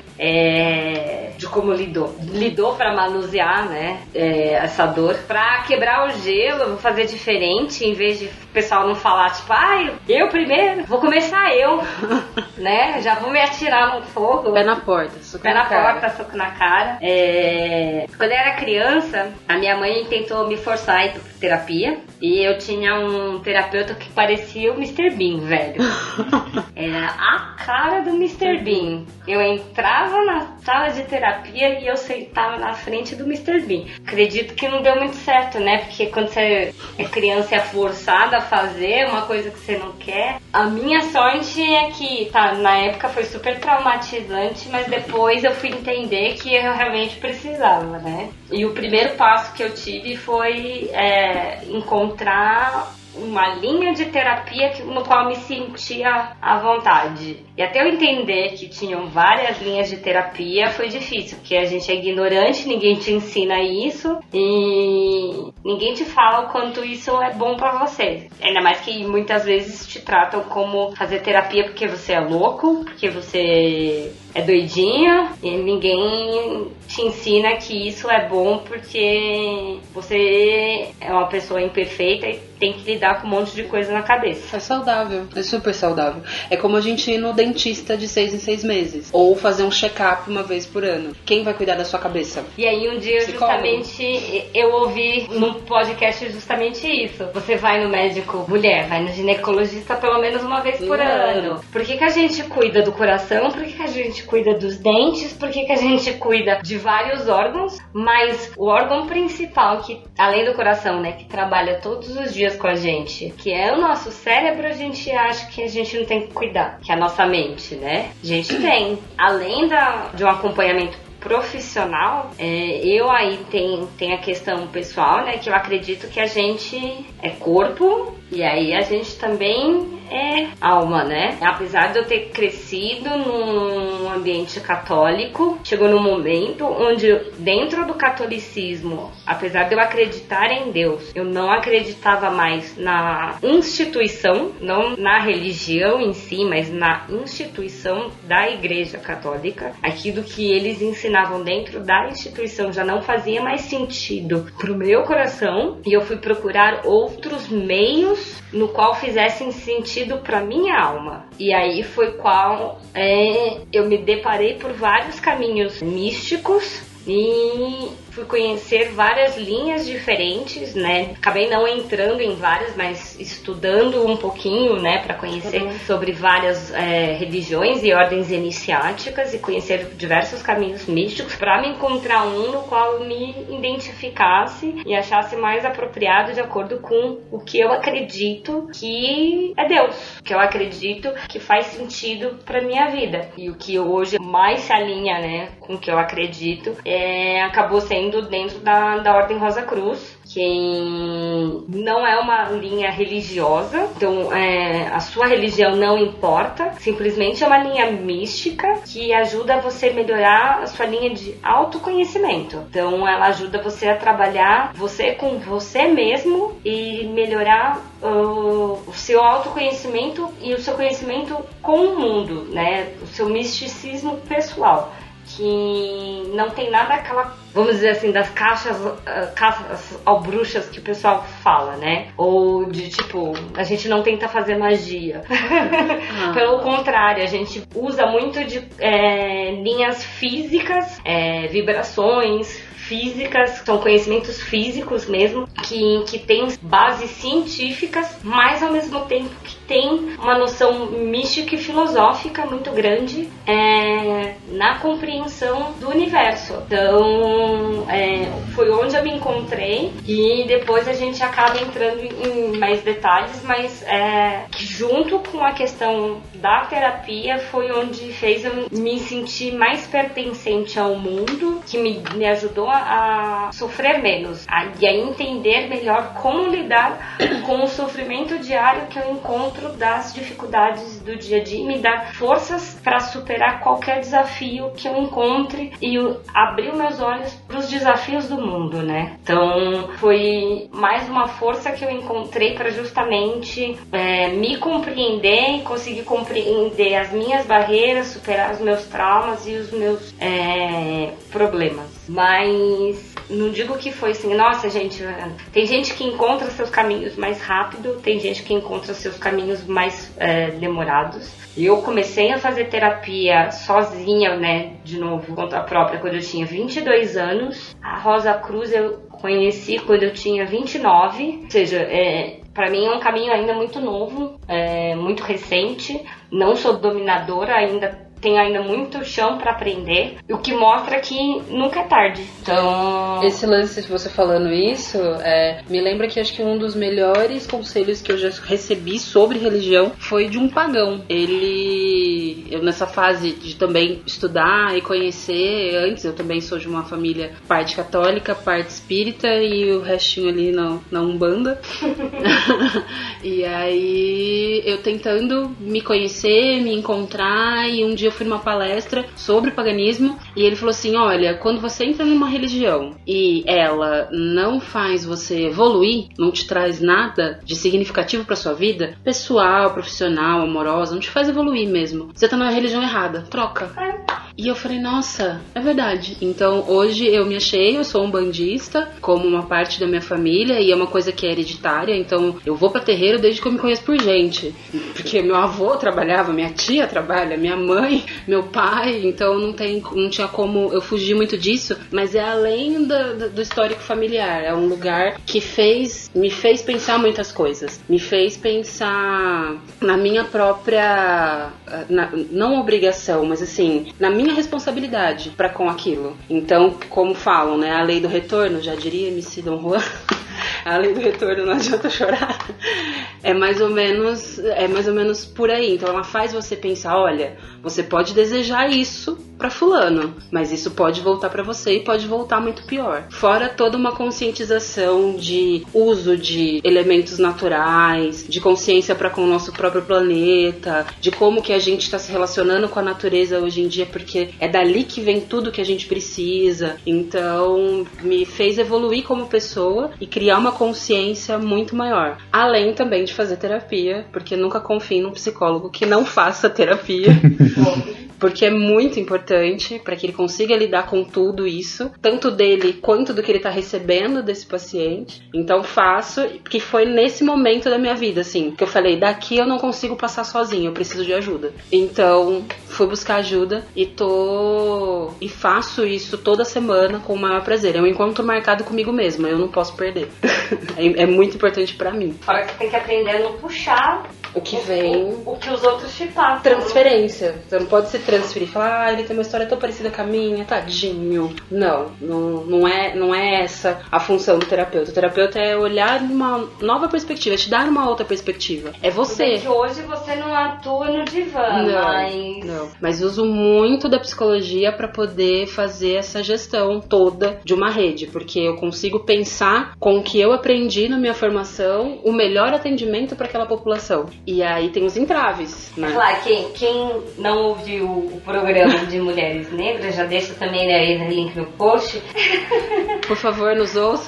É, de como lidou, lidou para manusear, né? É, essa dor, para quebrar o gelo, vou fazer diferente, em vez de o pessoal não falar tipo, ai, ah, eu primeiro, vou começar eu, né? Já vou me atirar no fogo. Pé na porta, soco Pé na, na cara. porta, soco na cara. É... Quando eu era criança, a minha mãe tentou me forçar a ir pra terapia. E eu tinha um terapeuta que parecia o mister Bean, velho. Era a cara do mister Bean. Eu entrava na sala de terapia e eu sentava na frente do mister Bean. Acredito que não deu muito certo, né? Porque quando você é criança e é forçada a fazer uma coisa que você não quer. A minha sorte é que, tá, na época foi super traumatizante, mas depois eu fui entender que eu realmente precisava, né? E o primeiro passo que eu tive foi é, encontrar uma linha de terapia no qual eu me sentia à vontade. E até eu entender que tinham várias linhas de terapia foi difícil, porque a gente é ignorante, ninguém te ensina isso e ninguém te fala o quanto isso é bom pra você. Ainda mais que muitas vezes te tratam como fazer terapia porque você é louco, porque você é doidinha, e ninguém te ensina que isso é bom porque você é uma pessoa imperfeita e tem que lidar com um monte de coisa na cabeça. É saudável, é super saudável. É como a gente ir no dentista de seis em seis meses, ou fazer um check-up uma vez por ano. Quem vai cuidar da sua cabeça? E aí um dia Psicólogo. justamente eu ouvi num podcast justamente isso. Você vai no médico mulher, vai no ginecologista pelo menos uma vez por ano. ano. Por que que a gente cuida do coração? Por que que a gente cuida dos dentes? Por que que a gente cuida de vários órgãos? Mas o órgão principal, que além do coração, né, que trabalha todos os dias com a gente, que é o nosso cérebro, a gente acha que a gente não tem que cuidar, que é a nossa mente, né? A gente tem. Além da, de um acompanhamento profissional, é, eu aí tenho, tenho a questão pessoal, né, que eu acredito que a gente é corpo, e aí a gente também é alma, né? Apesar de eu ter crescido num ambiente católico, chegou num momento onde dentro do catolicismo, apesar de eu acreditar em Deus, eu não acreditava mais na instituição, não na religião em si, mas na instituição da Igreja Católica. Aquilo que eles ensinavam dentro da instituição já não fazia mais sentido pro meu coração, e eu fui procurar outros meios no qual fizessem sentido para minha alma. E aí foi qual é, eu me deparei por vários caminhos místicos e fui conhecer várias linhas diferentes, né? Acabei não entrando em várias, mas estudando um pouquinho, né, para conhecer uhum. sobre várias é, religiões e ordens iniciáticas e conhecer diversos caminhos místicos para me encontrar um no qual eu me identificasse e achasse mais apropriado de acordo com o que eu acredito que é Deus, que eu acredito que faz sentido para minha vida. E o que hoje mais se alinha, né, com o que eu acredito é, acabou sendo dentro da, da Ordem Rosa Cruz, que não é uma linha religiosa, então é, a sua religião não importa, simplesmente é uma linha mística que ajuda você a melhorar a sua linha de autoconhecimento. Então ela ajuda você a trabalhar você com você mesmo e melhorar uh, o seu autoconhecimento e o seu conhecimento com o mundo, né? O seu misticismo pessoal, que não tem nada aquela, vamos dizer assim, das caixas, uh, caças ao bruxas que o pessoal fala, né? Ou de tipo, a gente não tenta fazer magia. Ah. Pelo contrário, a gente usa muito de é, linhas físicas, é, vibrações físicas, são conhecimentos físicos mesmo, que, que tem bases científicas, mas ao mesmo tempo que tem uma noção mística e filosófica muito grande é, na compreensão do universo. Então, é, foi onde eu me encontrei e depois a gente acaba entrando em mais detalhes, mas é, que junto com a questão da terapia foi onde fez eu me sentir mais pertencente ao mundo, que me, me ajudou a sofrer menos a, e a entender melhor como lidar com o sofrimento diário que eu encontro das dificuldades do dia a dia e me dar forças para superar qualquer desafio que eu encontre e abrir meus olhos para os desafios do mundo, né? Então foi mais uma força que eu encontrei para justamente é, me compreender e conseguir compreender as minhas barreiras, superar os meus traumas e os meus é, problemas. Mas não digo que foi assim, nossa gente, tem gente que encontra seus caminhos mais rápido, tem gente que encontra seus caminhos mais é, demorados. Eu comecei a fazer terapia sozinha, né, de novo, conta própria, quando eu tinha vinte e dois anos. A Rosa Cruz eu conheci quando eu tinha vinte e nove, ou seja, é, para mim é um caminho ainda muito novo, é, muito recente. Não sou dominadora ainda, tenho ainda muito chão para aprender, o que mostra que nunca é tarde. Então, esse lance de você falando isso é, me lembra que acho que um dos melhores conselhos que eu já recebi sobre religião foi de um pagão. Ele, eu nessa fase de também estudar e conhecer, antes eu também sou de uma família parte católica, parte espírita e o restinho ali na, na Umbanda. E aí eu tentando me conhecer, me encontrar, e um dia eu fui numa palestra sobre paganismo e ele falou assim, olha, quando você entra numa religião e ela não faz você evoluir, não te traz nada de significativo pra sua vida, pessoal, profissional, amorosa, não te faz evoluir mesmo, você tá na religião errada, troca. E eu falei, nossa, é verdade. Então hoje eu me achei, eu sou um bandista, como uma parte da minha família, e é uma coisa que é hereditária, então eu vou pra terreiro desde que eu me conheço por gente, porque meu avô trabalhava, minha tia trabalha, minha mãe, meu pai, então não, tem, não tinha como eu fugir muito disso, mas é além do, do histórico familiar, é um lugar que fez, me fez pensar muitas coisas, me fez pensar na minha própria, na, não obrigação, mas assim, na minha responsabilidade para com aquilo. Então, como falam, né, a lei do retorno, já diria M C Dom Juan, a lei do retorno não adianta chorar. É mais ou menos, é mais ou menos por aí. Então ela faz você pensar, olha, você pode desejar isso, pra fulano, mas isso pode voltar pra você e pode voltar muito pior. Fora toda uma conscientização de uso de elementos naturais, de consciência para com o nosso próprio planeta, de como que a gente está se relacionando com a natureza hoje em dia, porque é dali que vem tudo que a gente precisa. Então, me fez evoluir como pessoa e criar uma consciência muito maior. Além também de fazer terapia, porque nunca confie num psicólogo que não faça terapia. Porque é muito importante para que ele consiga lidar com tudo isso, tanto dele quanto do que ele tá recebendo desse paciente. Então faço, porque foi nesse momento da minha vida, assim, que eu falei, daqui eu não consigo passar sozinho, eu preciso de ajuda. Então fui buscar ajuda e tô e faço isso toda semana com o maior prazer. É um encontro marcado comigo mesma, eu não posso perder. é, é muito importante para mim. Fora que você tem que aprender a não puxar o que vem, o, o que os outros te passam. Transferência. Você não pode se transferir e falar, ah, ele tem uma história tão parecida com a minha, tadinho. Não, não, não, é, não é essa a função do terapeuta. O terapeuta é olhar numa nova perspectiva, te dar uma outra perspectiva. É você. Porque hoje você não atua no divã, não, mas... Não, mas uso muito da psicologia para poder fazer essa gestão toda de uma rede, porque eu consigo pensar com o que eu aprendi na minha formação, o melhor atendimento para aquela população. E aí tem os entraves, né? Claro, quem, quem não ouviu o programa de Mulheres Negras, já deixa também aí no link no post. Por favor, nos ouça.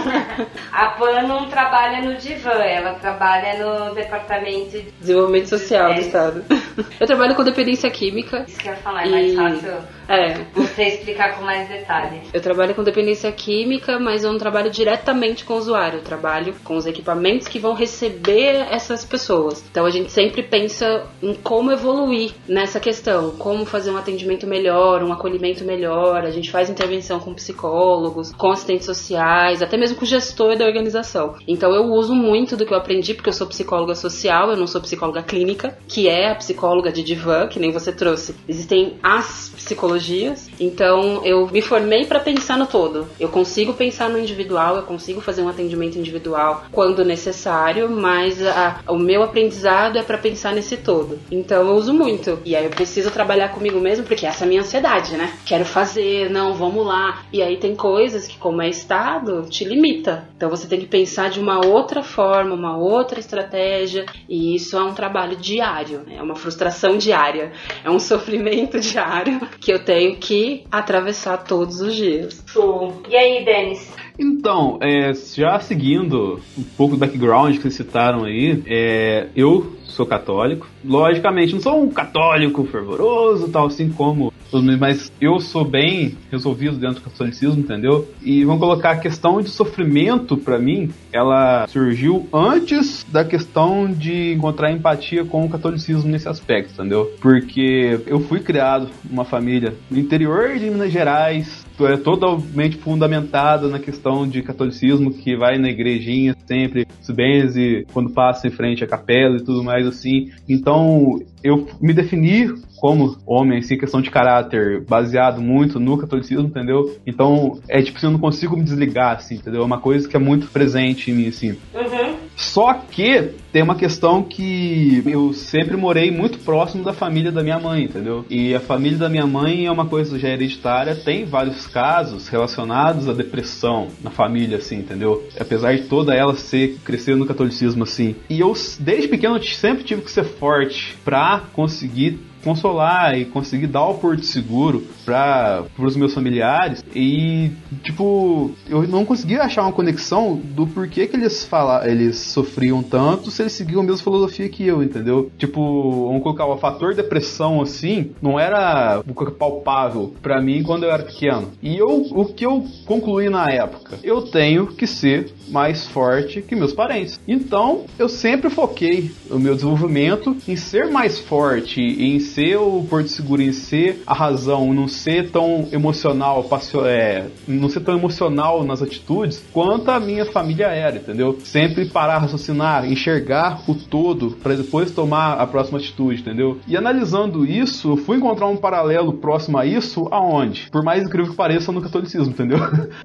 A Pan não trabalha no divã, ela trabalha no Departamento de Desenvolvimento Social do Estado. Eu trabalho com dependência química. Isso que eu ia falar, é mais e... fácil é. você explicar com mais detalhes. Eu trabalho com dependência química, mas eu não trabalho diretamente com o usuário. Eu trabalho com os equipamentos que vão receber essas pessoas. Então a gente sempre pensa em como evoluir nessa questão, como fazer um atendimento melhor, um acolhimento melhor. A gente faz intervenção com psicólogos, com assistentes sociais, até mesmo com o gestor da organização. Então eu uso muito do que eu aprendi, porque eu sou psicóloga social, eu não sou psicóloga clínica, que é a psicóloga de divã, que nem você trouxe. Existem as psicologias, então eu me formei para pensar no todo. Eu consigo pensar no individual, eu consigo fazer um atendimento individual quando necessário, mas a, o meu aprendizado é para pensar nesse todo. Então eu uso muito. E aí eu preciso trabalhar comigo mesmo, porque essa é a minha ansiedade, né? Quero fazer, não, vamos lá. E aí tem coisas que, como é Estado, te limita. Então você tem que pensar de uma outra forma, uma outra estratégia. E isso é um trabalho diário, né? É uma frustração diária. É um sofrimento diário que eu tenho que atravessar todos os dias. Show. E aí, Denis? Então, é, já seguindo um pouco do background que vocês citaram aí, é, eu sou católico. Logicamente, não sou um católico fervoroso, tal assim como os meus, mas eu sou bem resolvido dentro do catolicismo, entendeu? E vamos colocar a questão de sofrimento, pra mim, ela surgiu antes da questão de encontrar empatia com o catolicismo nesse aspecto, entendeu? Porque eu fui criado numa família no interior de Minas Gerais, é totalmente fundamentada na questão de catolicismo, que vai na igrejinha sempre, se benze quando passa em frente à capela e tudo mais assim. Então eu me defini como homem, assim, questão de caráter, baseado muito no catolicismo, entendeu? Então, é tipo assim, eu não consigo me desligar, assim, entendeu? É uma coisa que é muito presente em mim, assim. Uhum. Só que tem uma questão que eu sempre morei muito próximo da família da minha mãe, entendeu? E a família da minha mãe é uma coisa já hereditária, tem vários casos relacionados à depressão na família, assim, entendeu? Apesar de toda ela ser, crescer no catolicismo, assim. E eu, desde pequeno, eu sempre tive que ser forte pra conseguir consolar e conseguir dar o porto seguro para os meus familiares. E tipo, eu não conseguia achar uma conexão do porquê que eles fala, eles sofriam tanto se eles seguiam a mesma filosofia que eu, entendeu? Tipo, vamos colocar o fator depressão assim, não era palpável para mim quando eu era pequeno. E eu, o que eu concluí na época, eu tenho que ser mais forte que meus parentes. Então eu sempre foquei o meu desenvolvimento em ser mais forte, em ser o porto seguro, em ser a razão, não ser tão emocional, passio, é, não ser tão emocional nas atitudes quanto a minha família era, entendeu? Sempre parar, raciocinar, enxergar o todo para depois tomar a próxima atitude, entendeu? E analisando isso, eu fui encontrar um paralelo próximo a isso aonde? Por mais incrível que pareça, no catolicismo, entendeu?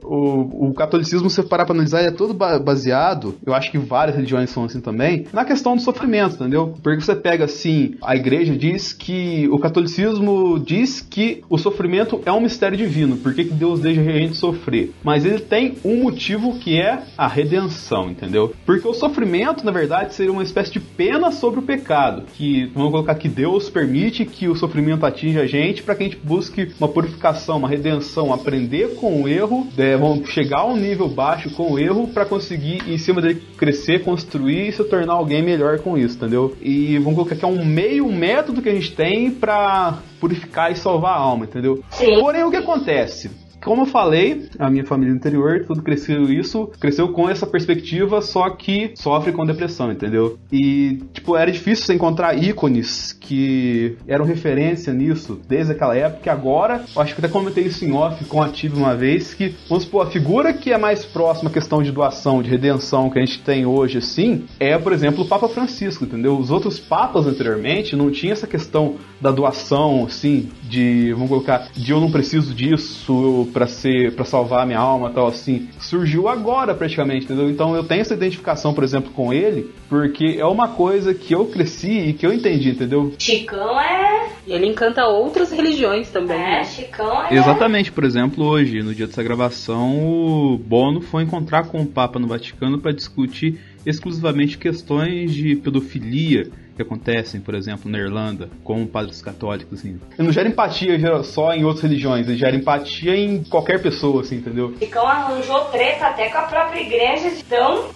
O, o catolicismo, se você parar para analisar, é todo baseado, eu acho que várias religiões são assim também, na questão do sofrimento, entendeu? Porque você pega assim, a igreja diz que que o catolicismo diz que o sofrimento é um mistério divino, por que que Deus deixa a gente sofrer? Mas ele tem um motivo que é a redenção, entendeu? Porque o sofrimento, na verdade, seria uma espécie de pena sobre o pecado, que, vamos colocar que Deus permite que o sofrimento atinja a gente para que a gente busque uma purificação, uma redenção, aprender com o erro, é, vamos chegar a um nível baixo com o erro para conseguir, em cima dele, crescer, construir e se tornar alguém melhor com isso, entendeu? E vamos colocar que é um meio, um método que a gente tem para purificar e salvar a alma, entendeu? Sim. Porém, o que acontece? Como eu falei, a minha família interior, tudo cresceu isso, cresceu com essa perspectiva, só que sofre com depressão, entendeu? E, tipo, era difícil você encontrar ícones que eram referência nisso desde aquela época, e agora, eu acho que até comentei isso em off com a Tive uma vez, que, vamos supor, a figura que é mais próxima à questão de doação, de redenção que a gente tem hoje, assim, é, por exemplo, o Papa Francisco, entendeu? Os outros papas anteriormente não tinha essa questão da doação, assim, de, vamos colocar, de eu não preciso disso, pra ser, para salvar a minha alma, tal, assim, surgiu agora praticamente, entendeu? Então eu tenho essa identificação, por exemplo, com ele, porque é uma coisa que eu cresci e que eu entendi, entendeu? Chicão é... Ele encanta outras religiões também. É, né? Chicão é... Exatamente, por exemplo, hoje, no dia dessa gravação, o Bono foi encontrar com o Papa no Vaticano para discutir exclusivamente questões de pedofilia que acontecem, por exemplo, na Irlanda, com padres católicos, assim. Ele não gera empatia só em outras religiões, ele gera empatia em qualquer pessoa, assim, entendeu? Chicão arranjou treta até com a própria igreja, então,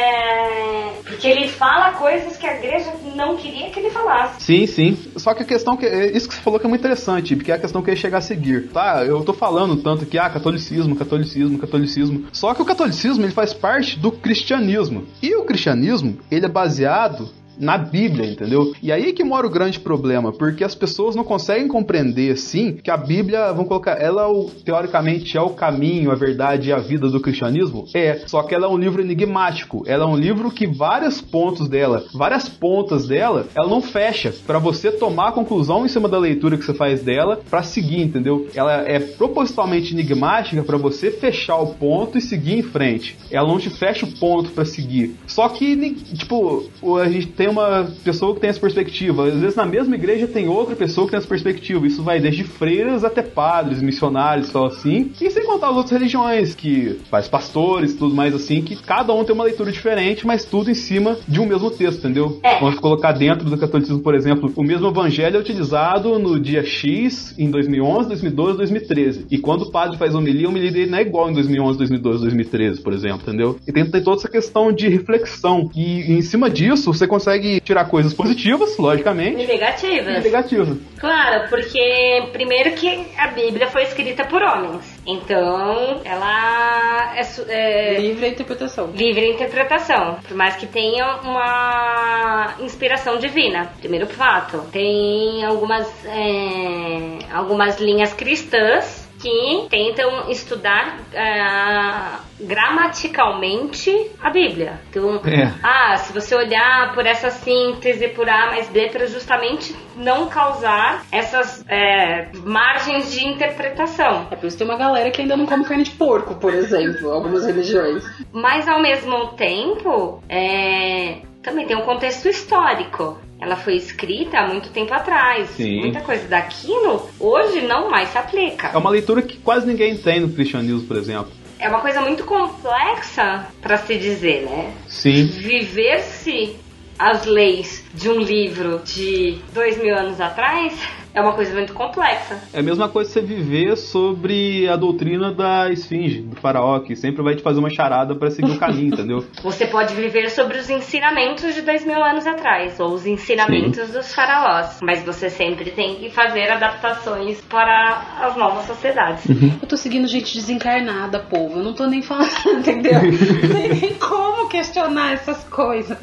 é... porque ele fala coisas que a igreja não queria que ele falasse. Sim, sim. Só que a questão, que isso que você falou que é muito interessante, porque é a questão que eu ia chegar a seguir, tá? Eu tô falando tanto que, ah, catolicismo, catolicismo, catolicismo, só que o catolicismo, ele faz parte do cristianismo, e o cristianismo, ele é baseado na Bíblia, entendeu? E aí que mora o grande problema, porque as pessoas não conseguem compreender, assim, que a Bíblia, vamos colocar, ela teoricamente é o caminho, a verdade e a vida do cristianismo? É, só que ela é um livro enigmático, ela é um livro que vários pontos dela, várias pontas dela, ela não fecha pra você tomar a conclusão em cima da leitura que você faz dela pra seguir, entendeu? Ela é propositalmente enigmática pra você fechar o ponto e seguir em frente. Ela não te fecha o ponto pra seguir. Só que, tipo, a gente tem Tem uma pessoa que tem essa perspectiva. Às vezes na mesma igreja tem outra pessoa que tem essa perspectiva. Isso vai desde freiras até padres, missionários, tal assim. E sem contar as outras religiões, que faz pastores e tudo mais assim, que cada um tem uma leitura diferente, mas tudo em cima de um mesmo texto, entendeu? É. Vamos colocar dentro do catolicismo, por exemplo, o mesmo evangelho é utilizado no dia X, em dois mil e onze, dois mil e doze, dois mil e treze. E quando o padre faz homilia, a homilia dele não é igual em dois mil e onze, dois mil e doze, dois mil e treze, por exemplo, entendeu? E tem, tem toda essa questão de reflexão. E em cima disso, você consegue tirar coisas positivas, logicamente. E negativas. E negativas. Claro, porque primeiro que a Bíblia foi escrita por homens. Então, ela é, é... livre à interpretação. Livre à interpretação. Por mais que tenha uma inspiração divina. Primeiro fato. Tem algumas, é... algumas linhas cristãs que tentam estudar uh, gramaticalmente a Bíblia. Então, é. ah, se você olhar por essa síntese, por A mais B, para justamente não causar essas é, margens de interpretação. É por isso que tem uma galera que ainda não come carne de porco, por exemplo, algumas religiões. Mas, ao mesmo tempo, é, também tem um contexto histórico. Ela foi escrita há muito tempo atrás. Sim. Muita coisa daquilo hoje não mais se aplica. É uma leitura que quase ninguém tem no cristianismo, por exemplo. É uma coisa muito complexa para se dizer, né? Sim. Viver-se as leis de um livro de dois mil anos atrás é uma coisa muito complexa. É a mesma coisa você viver sobre a doutrina da esfinge, do faraó, que sempre vai te fazer uma charada para seguir o caminho, entendeu? Você pode viver sobre os ensinamentos de dois mil anos atrás, ou os ensinamentos Sim. dos faraós, mas você sempre tem que fazer adaptações para as novas sociedades. Uhum. Eu tô seguindo gente desencarnada, povo, eu não tô nem falando, entendeu? Não tem nem como questionar essas coisas.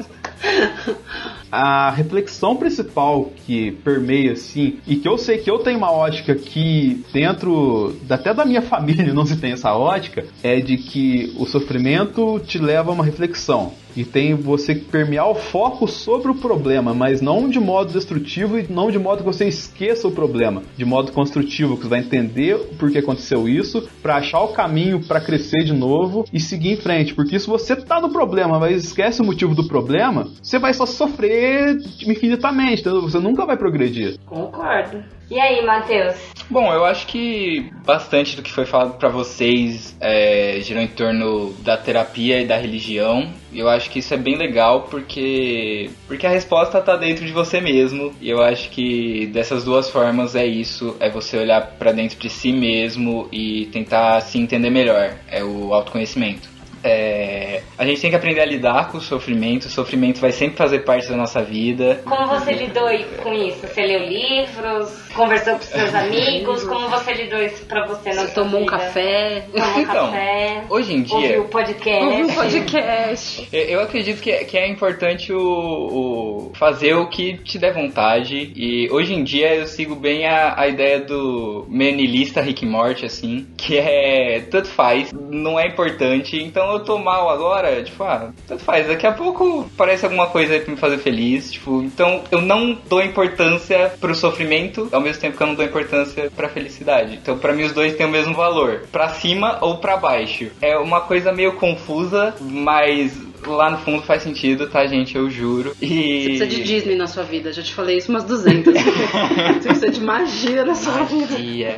A reflexão principal que permeia, assim, e que eu sei que eu tenho uma ótica que dentro, até da minha família não se tem essa ótica, é de que o sofrimento te leva a uma reflexão. E tem você permear o foco sobre o problema, mas não de modo destrutivo e não de modo que você esqueça o problema. De modo construtivo, que você vai entender por que aconteceu isso, pra achar o caminho pra crescer de novo e seguir em frente. Porque se você tá no problema, mas esquece o motivo do problema, você vai só sofrer infinitamente, entendeu? Você nunca vai progredir. Concordo. E aí, Matheus? Bom, eu acho que bastante do que foi falado pra vocês é, girou em torno da terapia e da religião. Eu acho que isso é bem legal porque, porque a resposta tá dentro de você mesmo. E eu acho que dessas duas formas é isso, é você olhar pra dentro de si mesmo e tentar se entender melhor, é o autoconhecimento. É, a gente tem que aprender a lidar com o sofrimento. O sofrimento vai sempre fazer parte da nossa vida. Como você lidou com isso? Você leu livros? Conversou com seus amigos? Como você lidou isso pra você na Você tomou um vida? café? Tomou um Então, café? hoje em dia... Ouviu o podcast? Ouviu o podcast. Eu acredito que é, que é importante o, o fazer o que te der vontade. E hoje em dia eu sigo bem a, a ideia do menilista Rick Morty, assim, que é tanto faz, não é importante. Então eu tô mal agora, tipo, ah, tanto faz. Daqui a pouco parece alguma coisa aí pra me fazer feliz, tipo, então eu não dou importância pro sofrimento, ao mesmo tempo que eu não dou importância pra felicidade. Então pra mim os dois têm o mesmo valor, pra cima ou pra baixo. É uma coisa meio confusa, mas lá no fundo faz sentido, tá, gente? Eu juro. E... Você precisa de Disney na sua vida, já te falei isso umas duzentas. Você precisa de magia na sua vida. Magia.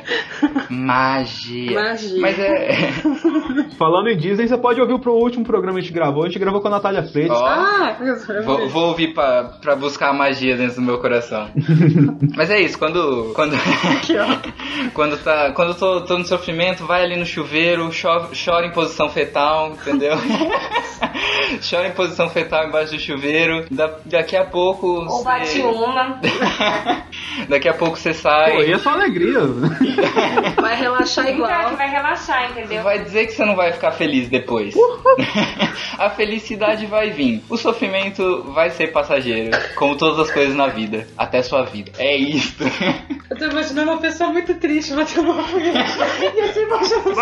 Magia. Magia. Mas é... Falando em Disney, você pode ouvir o último programa que a gente gravou. A gente gravou com a Natália Freitas. Oh, ah, vou, vou ouvir pra, pra buscar a magia dentro do meu coração. Mas é isso, quando... Quando, quando, tá, quando eu tô, tô no sofrimento, vai ali no chuveiro, chora, chora em posição fetal, entendeu? Chora em posição fetal embaixo do chuveiro. Da, daqui a pouco... Ou cê... bate uma. Daqui a pouco você sai. Pô, ia só alegria. Vai relaxar igual. Então, que vai relaxar, entendeu? Vai dizer que você não vai ficar feliz depois. A felicidade vai vir. O sofrimento vai ser passageiro, como todas as coisas na vida. Até sua vida. É isso. Eu tô imaginando uma pessoa muito triste batendo uma fogueira. E eu tô imaginando...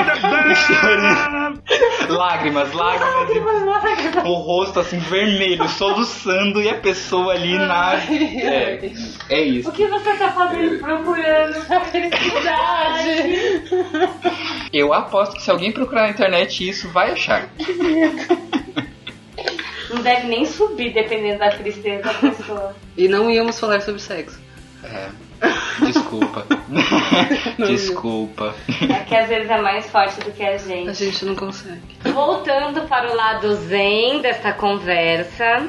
Lágrimas, lágrimas. Lágrimas, lágrimas. O rosto assim vermelho, soluçando, e a pessoa ali na... É, é isso. O que você tá fazendo procurando a felicidade? Eu aposto que se alguém procurar na internet isso, vai achar. Não deve nem subir, dependendo da tristeza da pessoa. E não íamos falar sobre sexo. É. Desculpa. Desculpa. É que às vezes é mais forte do que a gente. A gente não consegue. Voltando para o lado zen desta conversa.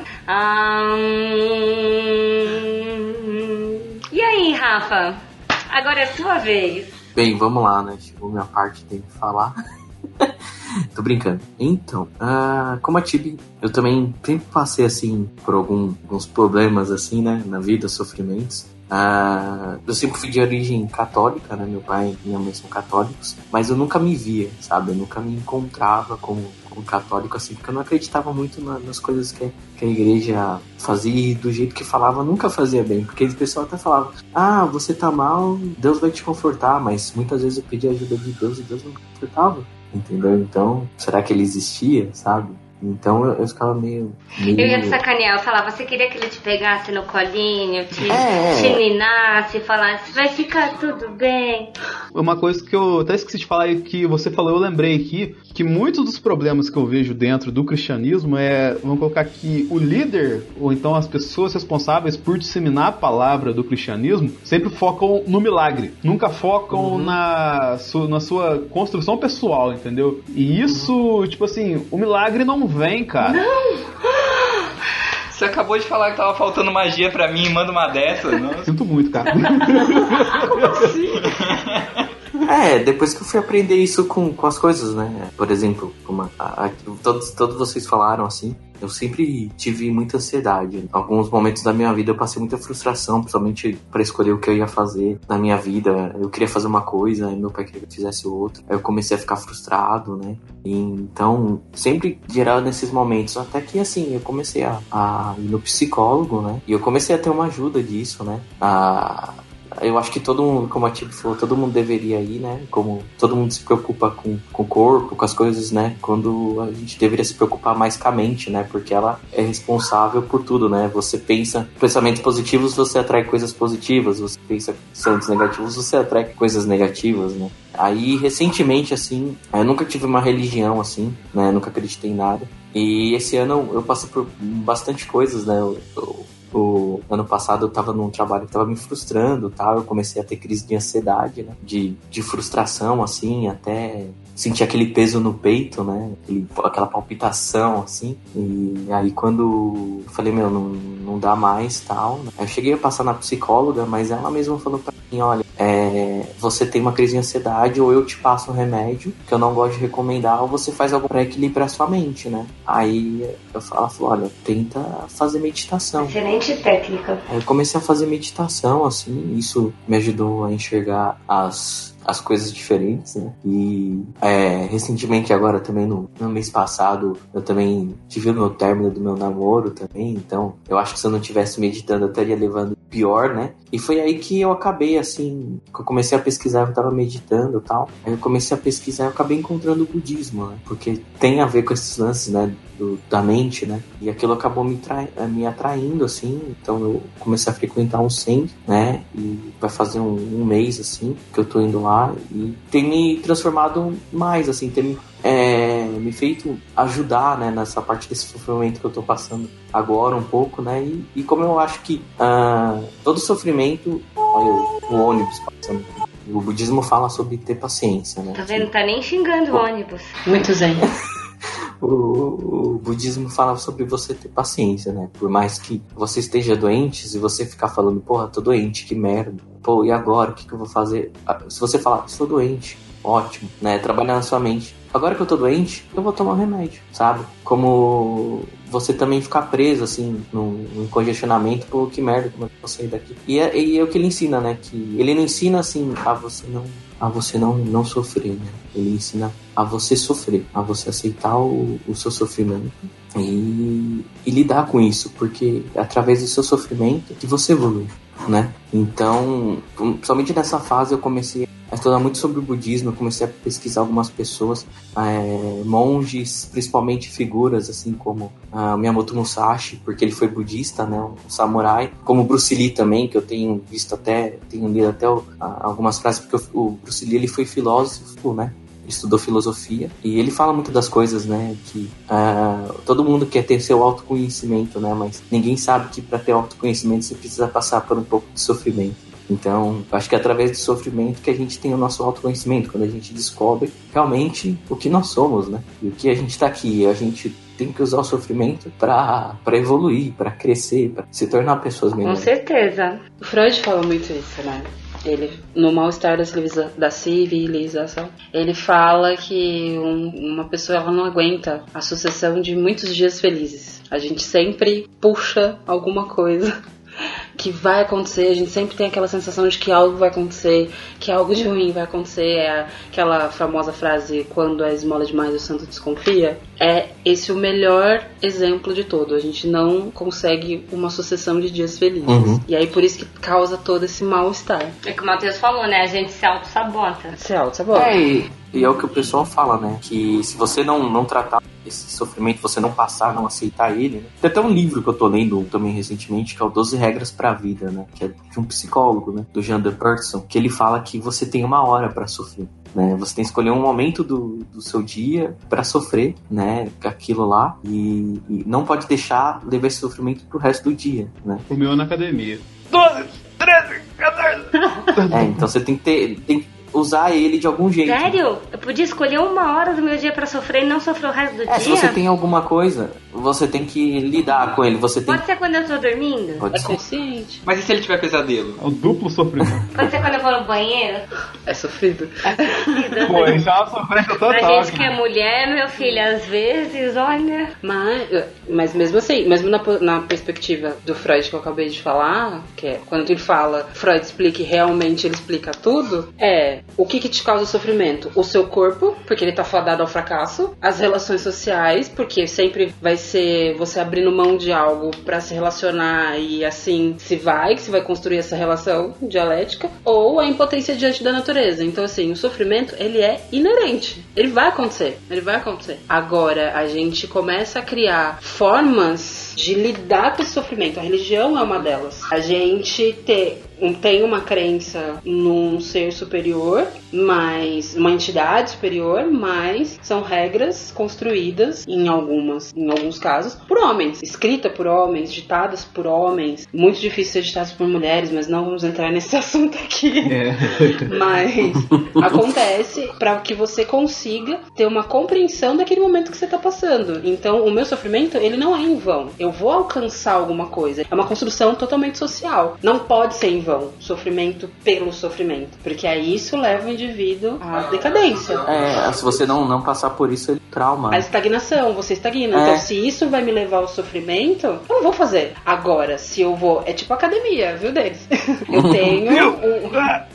Hum... E aí, Rafa? Agora é sua vez. Bem, vamos lá, né? Chegou minha parte, tem que falar. Tô brincando. Então, uh, como a Tibi, eu também sempre passei, assim, por algum, alguns problemas, assim, né? Na vida, sofrimentos. Uh, eu sempre fui de origem católica, né? Meu pai e minha mãe são católicos, mas eu nunca me via, sabe? Eu nunca me encontrava como, como católico, assim, porque eu não acreditava muito na, nas coisas que, que a igreja fazia e do jeito que falava, nunca fazia bem, porque o pessoal até falava, ah, você tá mal, Deus vai te confortar, mas muitas vezes eu pedi ajuda de Deus e Deus não me confortava, entendeu? Então, será que ele existia, sabe? Então eu, eu ficava meio, meio... Eu ia te sacanear, eu falava, você queria que ele te pegasse no colinho, te, é. te ninasse, falasse, vai ficar tudo bem. Uma coisa que eu até esqueci de falar e que você falou, eu lembrei aqui, que muitos dos problemas que eu vejo dentro do cristianismo é, vamos colocar aqui, o líder, ou então as pessoas responsáveis por disseminar a palavra do cristianismo, sempre focam no milagre, nunca focam uhum. na, su, na sua construção pessoal, entendeu? E isso, uhum. tipo assim, o milagre não vem, cara. Não! Você acabou de falar que tava faltando magia pra mim, manda uma dessa. Nossa. Sinto muito, cara. Como assim? É, depois que eu fui aprender isso com, com as coisas, né? Por exemplo, como a, a, todos, todos vocês falaram assim, eu sempre tive muita ansiedade. Em alguns momentos da minha vida eu passei muita frustração, principalmente para escolher o que eu ia fazer na minha vida. Eu queria fazer uma coisa, aí meu pai queria que eu fizesse outra. Aí eu comecei a ficar frustrado, né? E, então, sempre geral nesses momentos. Até que, assim, eu comecei a, a ir no psicólogo, né? E eu comecei a ter uma ajuda disso, né? A... eu acho que todo mundo, como a Tibi falou, todo mundo deveria ir, né? Como todo mundo se preocupa com, com o corpo, com as coisas, né? Quando a gente deveria se preocupar mais com a mente, né? Porque ela é responsável por tudo, né? Você pensa pensamentos positivos, você atrai coisas positivas. Você pensa pensamentos negativos, você atrai coisas negativas, né? Aí, recentemente, assim, eu nunca tive uma religião, assim, né? Nunca acreditei em nada. E esse ano eu passei por bastante coisas, né? Eu, eu, o ano passado eu tava num trabalho que tava me frustrando, tal. Eu comecei a ter crise de ansiedade, né? De, de frustração, assim, até sentir aquele peso no peito, né? Aquele, aquela palpitação, assim. E aí quando eu falei, meu, não, não dá mais, tal. Né? Aí eu cheguei a passar na psicóloga, mas ela mesma falou pra mim, olha, é, você tem uma crise de ansiedade, ou eu te passo um remédio, que eu não gosto de recomendar, ou você faz algo pra equilibrar sua mente, né? Aí eu, ela falou, olha, tenta fazer meditação. Excelente técnica. Aí eu comecei a fazer meditação, assim, isso me ajudou a enxergar as... as coisas diferentes, né? E é, recentemente agora também no, no mês passado eu também tive o meu término do meu namoro também, então eu acho que se eu não tivesse meditando eu estaria levando pior, né? E foi aí que eu acabei assim, que eu comecei a pesquisar, eu tava meditando e tal, aí eu comecei a pesquisar e eu acabei encontrando o budismo, né? Porque tem a ver com esses lances, né? Do, da mente, né? E aquilo acabou me, trai, me atraindo, assim, então eu comecei a frequentar um centro, né? E vai fazer um, um mês, assim, que eu tô indo lá e tem me transformado mais, assim, tem me, é, me feito ajudar, né, nessa parte desse sofrimento que eu tô passando agora um pouco, né, e, e como eu acho que uh, todo sofrimento, olha o ônibus passando, o budismo fala sobre ter paciência, né. Tá vendo? Tá nem xingando o ônibus. Muito zen. O, o budismo fala sobre você ter paciência, né? Por mais que você esteja doente, se você ficar falando, porra, tô doente, que merda. Pô, e agora? O que, que eu vou fazer? Se você falar, estou doente, ótimo, né? Trabalhar na sua mente. Agora que eu tô doente, eu vou tomar um remédio, sabe? Como você também ficar preso, assim, num, num congestionamento, pô, que merda, como é que eu vou sair daqui? E é, e é o que ele ensina, né? Que ele não ensina, assim, a você não... a você não, não sofrer, né? Ele ensina a você sofrer, a você aceitar o, o seu sofrimento e, e lidar com isso, porque é através do seu sofrimento que você evolui, né? Então, principalmente nessa fase eu comecei a estudar muito sobre o budismo, eu comecei a pesquisar algumas pessoas, é, monges, principalmente figuras assim como uh, Miyamoto Musashi, porque ele foi budista, né, um samurai, como Bruce Lee também, que eu tenho visto até, tenho lido até uh, algumas frases, porque o, o Bruce Lee ele foi filósofo, né, estudou filosofia, e ele fala muito das coisas, né, que uh, todo mundo quer ter seu autoconhecimento, né, mas ninguém sabe que para ter autoconhecimento você precisa passar por um pouco de sofrimento. Então, acho que é através do sofrimento que a gente tem o nosso autoconhecimento, quando a gente descobre realmente o que nós somos, né? E o que a gente está aqui. A gente tem que usar o sofrimento para para evoluir, para crescer, para se tornar pessoas melhores. Com certeza. O Freud fala muito isso, né? Ele, no mal-estar da, civiliza- da civilização, ele fala que um, uma pessoa ela não aguenta a sucessão de muitos dias felizes. A gente sempre puxa alguma coisa que vai acontecer, a gente sempre tem aquela sensação de que algo vai acontecer, que algo de ruim vai acontecer, é aquela famosa frase, quando é esmola demais o santo desconfia. É esse o melhor exemplo de todo, a gente não consegue uma sucessão de dias felizes, uhum. E aí por isso que causa todo esse mal-estar. É que o Matheus falou, né, a gente se auto-sabota. Se auto-sabota. É, e, e é o que o pessoal fala, né, que se você não, não tratar esse sofrimento, você não passar, não aceitar ele, né? Tem até um livro que eu tô lendo também recentemente, que é o doze Regras pra Vida, né? Que é de um psicólogo, né? Do Jean de Person, que ele fala que você tem uma hora pra sofrer, né? Você tem que escolher um momento do, do seu dia pra sofrer, né? Aquilo lá, e, e não pode deixar levar esse sofrimento pro resto do dia, né? O meu na academia. doze, treze, quatorze É, então você tem que ter... Tem que usar ele de algum jeito. Sério? Eu podia escolher uma hora do meu dia pra sofrer e não sofrer o resto do é, dia? Se você tem alguma coisa, você tem que lidar com ele. Você tem... Pode ser quando eu tô dormindo? Pode é ser. consciente. Mas e se ele tiver pesadelo? É o duplo sofrimento. Pode ser quando eu vou no banheiro? É sofrido. É sofrido. Pô, isso é uma sofrência total. Pra gente que é mulher, meu filho, às vezes, olha... Mas, mas mesmo assim, mesmo na, na perspectiva do Freud que eu acabei de falar, que é quando ele fala, Freud explica e realmente ele explica tudo, é o que que te causa o sofrimento? O seu corpo, porque ele tá fadado ao fracasso, as relações sociais, porque sempre vai ser você abrindo mão de algo pra se relacionar e assim se vai, que você vai construir essa relação dialética, ou a impotência diante da natureza. Então, assim, o sofrimento, ele é inerente. Ele vai acontecer. Ele vai acontecer. Agora, a gente começa a criar formas de lidar com esse sofrimento. A religião é uma delas. A gente ter tem uma crença num ser superior, mas uma entidade superior, mas são regras construídas em algumas, em alguns casos, por homens, escrita por homens, ditadas por homens. Muito difícil ser ditadas por mulheres, mas não vamos entrar nesse assunto aqui. É. Mas acontece para que você consiga ter uma compreensão daquele momento que você está passando. Então, o meu sofrimento, ele não é em vão. Eu vou alcançar alguma coisa. É uma construção totalmente social. Não pode ser em vão. Sofrimento pelo sofrimento, porque aí isso leva o indivíduo à decadência. É, se você não, não passar por isso, ele trauma. A estagnação, você estagna. É. Então, se isso vai me levar ao sofrimento, eu não vou fazer. Agora, se eu vou... É tipo academia, viu, deles? Eu tenho um...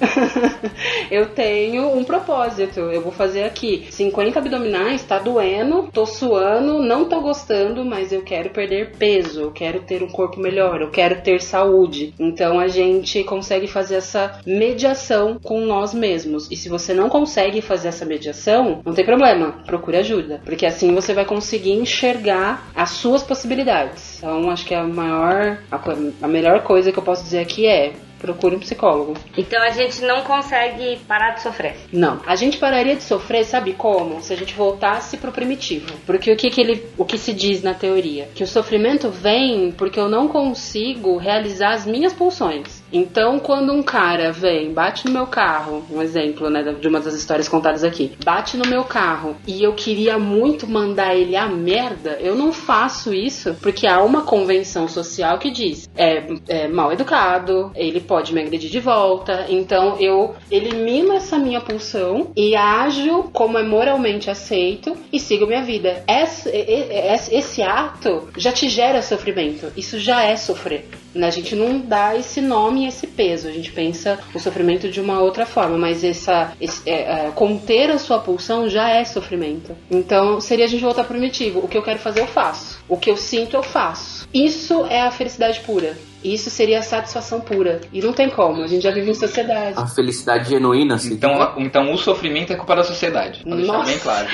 eu tenho um propósito. Eu vou fazer aqui cinquenta abdominais, tá doendo, tô suando, não tô gostando, mas eu quero perder peso, eu quero ter um corpo melhor, eu quero ter saúde. Então, a gente consegue fazer essa mediação com nós mesmos. E se você não consegue fazer essa mediação, não tem problema, procure ajuda, porque assim você vai conseguir enxergar as suas possibilidades. Então, acho que a maior, a, a melhor coisa que eu posso dizer aqui é: procure um psicólogo. Então a gente não consegue parar de sofrer? Não. A gente pararia de sofrer, sabe como? Se a gente voltasse pro primitivo. Porque o que, que, ele, o que se diz na teoria? Que o sofrimento vem porque eu não consigo realizar as minhas pulsões. Então, quando um cara vem, bate no meu carro, um exemplo, né, de uma das histórias contadas aqui, bate no meu carro e eu queria muito mandar ele a merda, eu não faço isso porque há uma convenção social que diz é, é mal educado, ele pode me agredir de volta, então eu elimino essa minha pulsão e ajo como é moralmente aceito e sigo minha vida. Esse, esse, esse ato já te gera sofrimento, isso já é sofrer. A gente não dá esse nome e esse peso, a gente pensa o sofrimento de uma outra forma, mas essa, esse, é, é, conter a sua pulsão já é sofrimento. Então seria a gente voltar pro primitivo. O que eu quero fazer eu faço, o que eu sinto eu faço. Isso é a felicidade pura. Isso seria a satisfação pura. E não tem como, a gente já vive em sociedade. A felicidade genuína, assim. Então, a, então o sofrimento é culpa da sociedade. Pra deixar bem claro.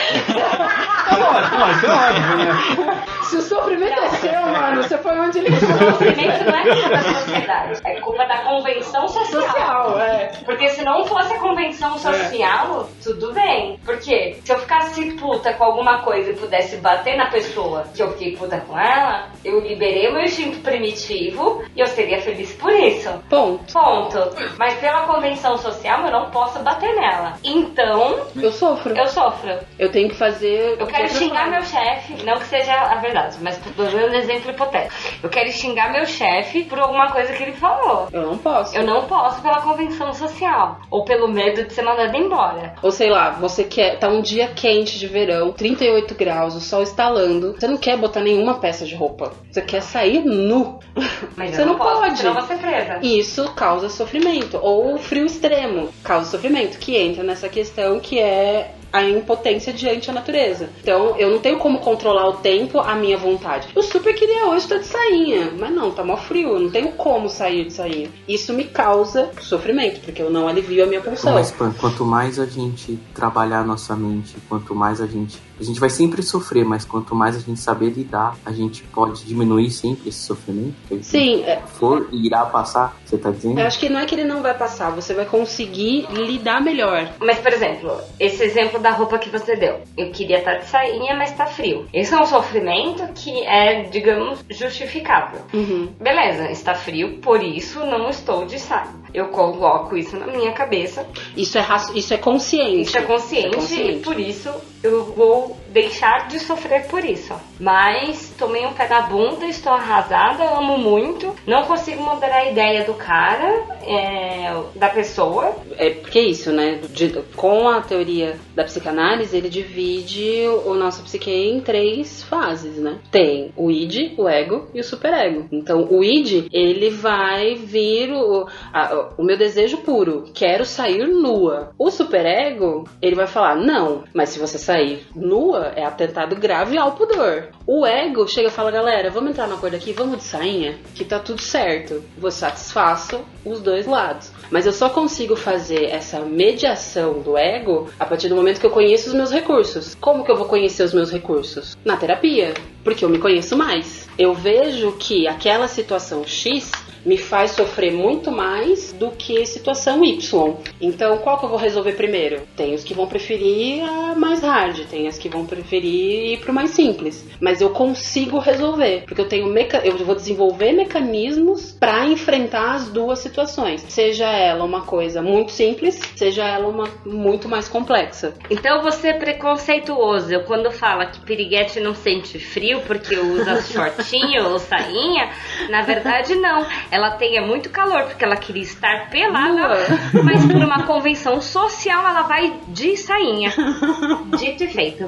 Se o sofrimento é seu, mano, você foi onde ele foi. O sofrimento não é culpa da sociedade, é culpa da convenção social. social é. Porque se não fosse a convenção social, é. tudo bem. Porque se eu ficasse puta com alguma coisa e pudesse bater na pessoa que eu fiquei puta com ela, eu liberei o meu instinto primitivo e eu seria feliz por isso. Ponto. Ponto. Mas pela convenção social eu não posso bater nela. Então... Eu sofro. Eu sofro. Eu tenho que fazer... Eu quero xingar meu chefe, não que seja a verdade, mas tô dando um exemplo hipotético. Eu quero xingar meu chefe por alguma coisa que ele falou. Eu não posso. Eu não posso pela convenção social. Ou pelo medo de ser mandado embora. Ou sei lá, você quer... Tá um dia quente de verão, trinta e oito graus, o sol estalando. Você não quer botar nenhuma peça de roupa. Você quer sair nu. Mas você não, não posso, pode. Senão você é presa. Isso causa sofrimento. Ou frio extremo causa sofrimento. Que entra nessa questão que é... a impotência diante da natureza. Então, eu não tenho como controlar o tempo à minha vontade. Eu super queria hoje estar de sainha, mas não, tá mó frio, eu não tenho como sair de sainha. Isso me causa sofrimento, porque eu não alivio a minha pulsão. Mas quanto mais a gente trabalhar a nossa mente, quanto mais a gente... A gente vai sempre sofrer, mas quanto mais a gente saber lidar, a gente pode diminuir sempre esse sofrimento. Sim. É... For e irá passar, você tá dizendo? Eu acho que não é que ele não vai passar, você vai conseguir lidar melhor. Mas, por exemplo, esse exemplo da roupa que você deu. Eu queria estar de sainha, mas tá frio. Isso é um sofrimento que é, digamos, justificável. Uhum. Beleza, está frio, por isso não estou de saia. Eu coloco isso na minha cabeça. Isso é, raci- isso é consciente. Isso é consciente, isso é consciente. E por isso eu vou deixar de sofrer por isso. Mas tomei um pé na bunda, estou arrasada, amo muito. Não consigo mudar a ideia do cara, é, da pessoa. É porque é isso, né? De, com a teoria da psicanálise, ele divide o nosso psique em três fases, né? Tem o id, o ego e o superego. Então, o id, ele vai vir... O, a, o meu desejo puro, quero sair nua. O superego, ele vai falar, não, mas se você sair nua, é atentado grave ao pudor. O ego chega e fala, galera, vamos entrar no acordo aqui, vamos de sainha, que tá tudo certo. Vou satisfaço os dois lados. Mas eu só consigo fazer essa mediação do ego a partir do momento que eu conheço os meus recursos. Como que eu vou conhecer os meus recursos? Na terapia, porque eu me conheço mais. Eu vejo que aquela situação X me faz sofrer muito mais do que situação Y. Então, qual que eu vou resolver primeiro? Tem os que vão preferir a mais hard, tem as que vão preferir ir pro mais simples. Mas eu consigo resolver, porque eu tenho meca... eu vou desenvolver mecanismos para enfrentar as duas situações. Seja ela uma coisa muito simples, seja ela uma muito mais complexa. Então você é preconceituoso. Eu, quando fala que piriguete não sente frio porque usa shortinho ou sainha, na verdade não. Ela tem é muito calor porque ela queria estar pelada, mas por uma convenção social ela vai de sainha. Dito e feito.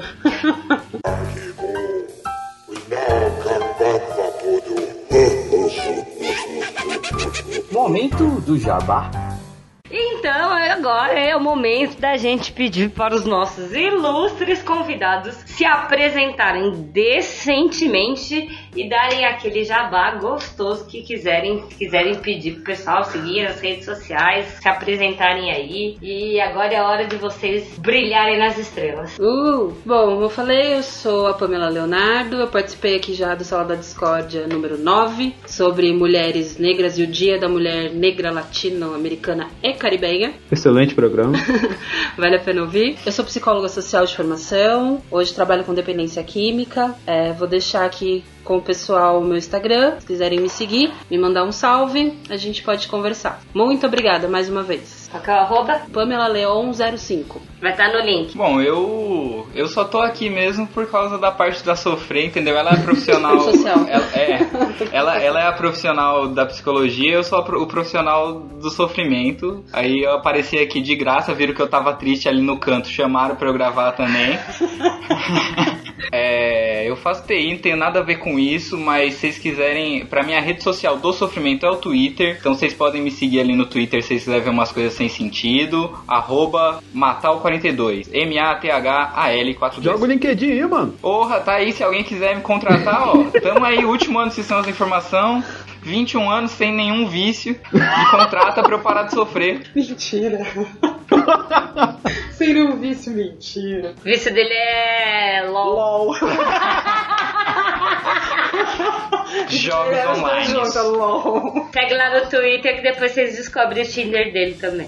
Momento do jabá. Então, agora é o momento da gente pedir para os nossos ilustres convidados se apresentarem decentemente e darem aquele jabá gostoso que quiserem, quiserem pedir pro pessoal seguir nas redes sociais, se apresentarem aí. E agora é a hora de vocês brilharem nas estrelas. Uh, bom, como eu falei, eu sou a Pamela Leonardo, eu participei aqui já do Sala da Discórdia número nove, sobre mulheres negras e o Dia da Mulher Negra Latino-Americana e Caribenha. Excelente programa. Vale a pena ouvir. Eu sou psicóloga social de formação, hoje trabalho com dependência química. É, vou deixar aqui com o pessoal o meu Instagram, se quiserem me seguir, me mandar um salve, a gente pode conversar. Muito obrigada mais uma vez. Qual que é o arroba? Pamela Leon zero cinco. Vai estar no link. Bom, eu eu só tô aqui mesmo por causa da parte da sofrer, entendeu? Ela é profissional. Social. Ela é, ela, ela é a profissional da psicologia, eu sou o profissional do sofrimento. Aí eu apareci aqui de graça, viram que eu tava triste ali no canto, chamaram pra eu gravar também. É, eu faço T I, não tenho nada a ver com isso, mas se vocês quiserem, pra minha rede social do sofrimento é o Twitter, então vocês podem me seguir ali no Twitter se vocês quiserem ver umas coisas sem sentido, arroba matal quarenta e dois, M A T H A L quarenta e dois. Joga o LinkedIn aí, mano. Porra, tá aí, se alguém quiser me contratar, ó, tamo aí, último ano de sistemas de informação, vinte e um anos sem nenhum vício, me contrata pra eu parar de sofrer. Mentira. Sem nenhum vício, mentira. O vício dele é LOL. LOL. Jogos online. Joga LOL. Segue lá no Twitter que depois vocês descobrem o Tinder dele também.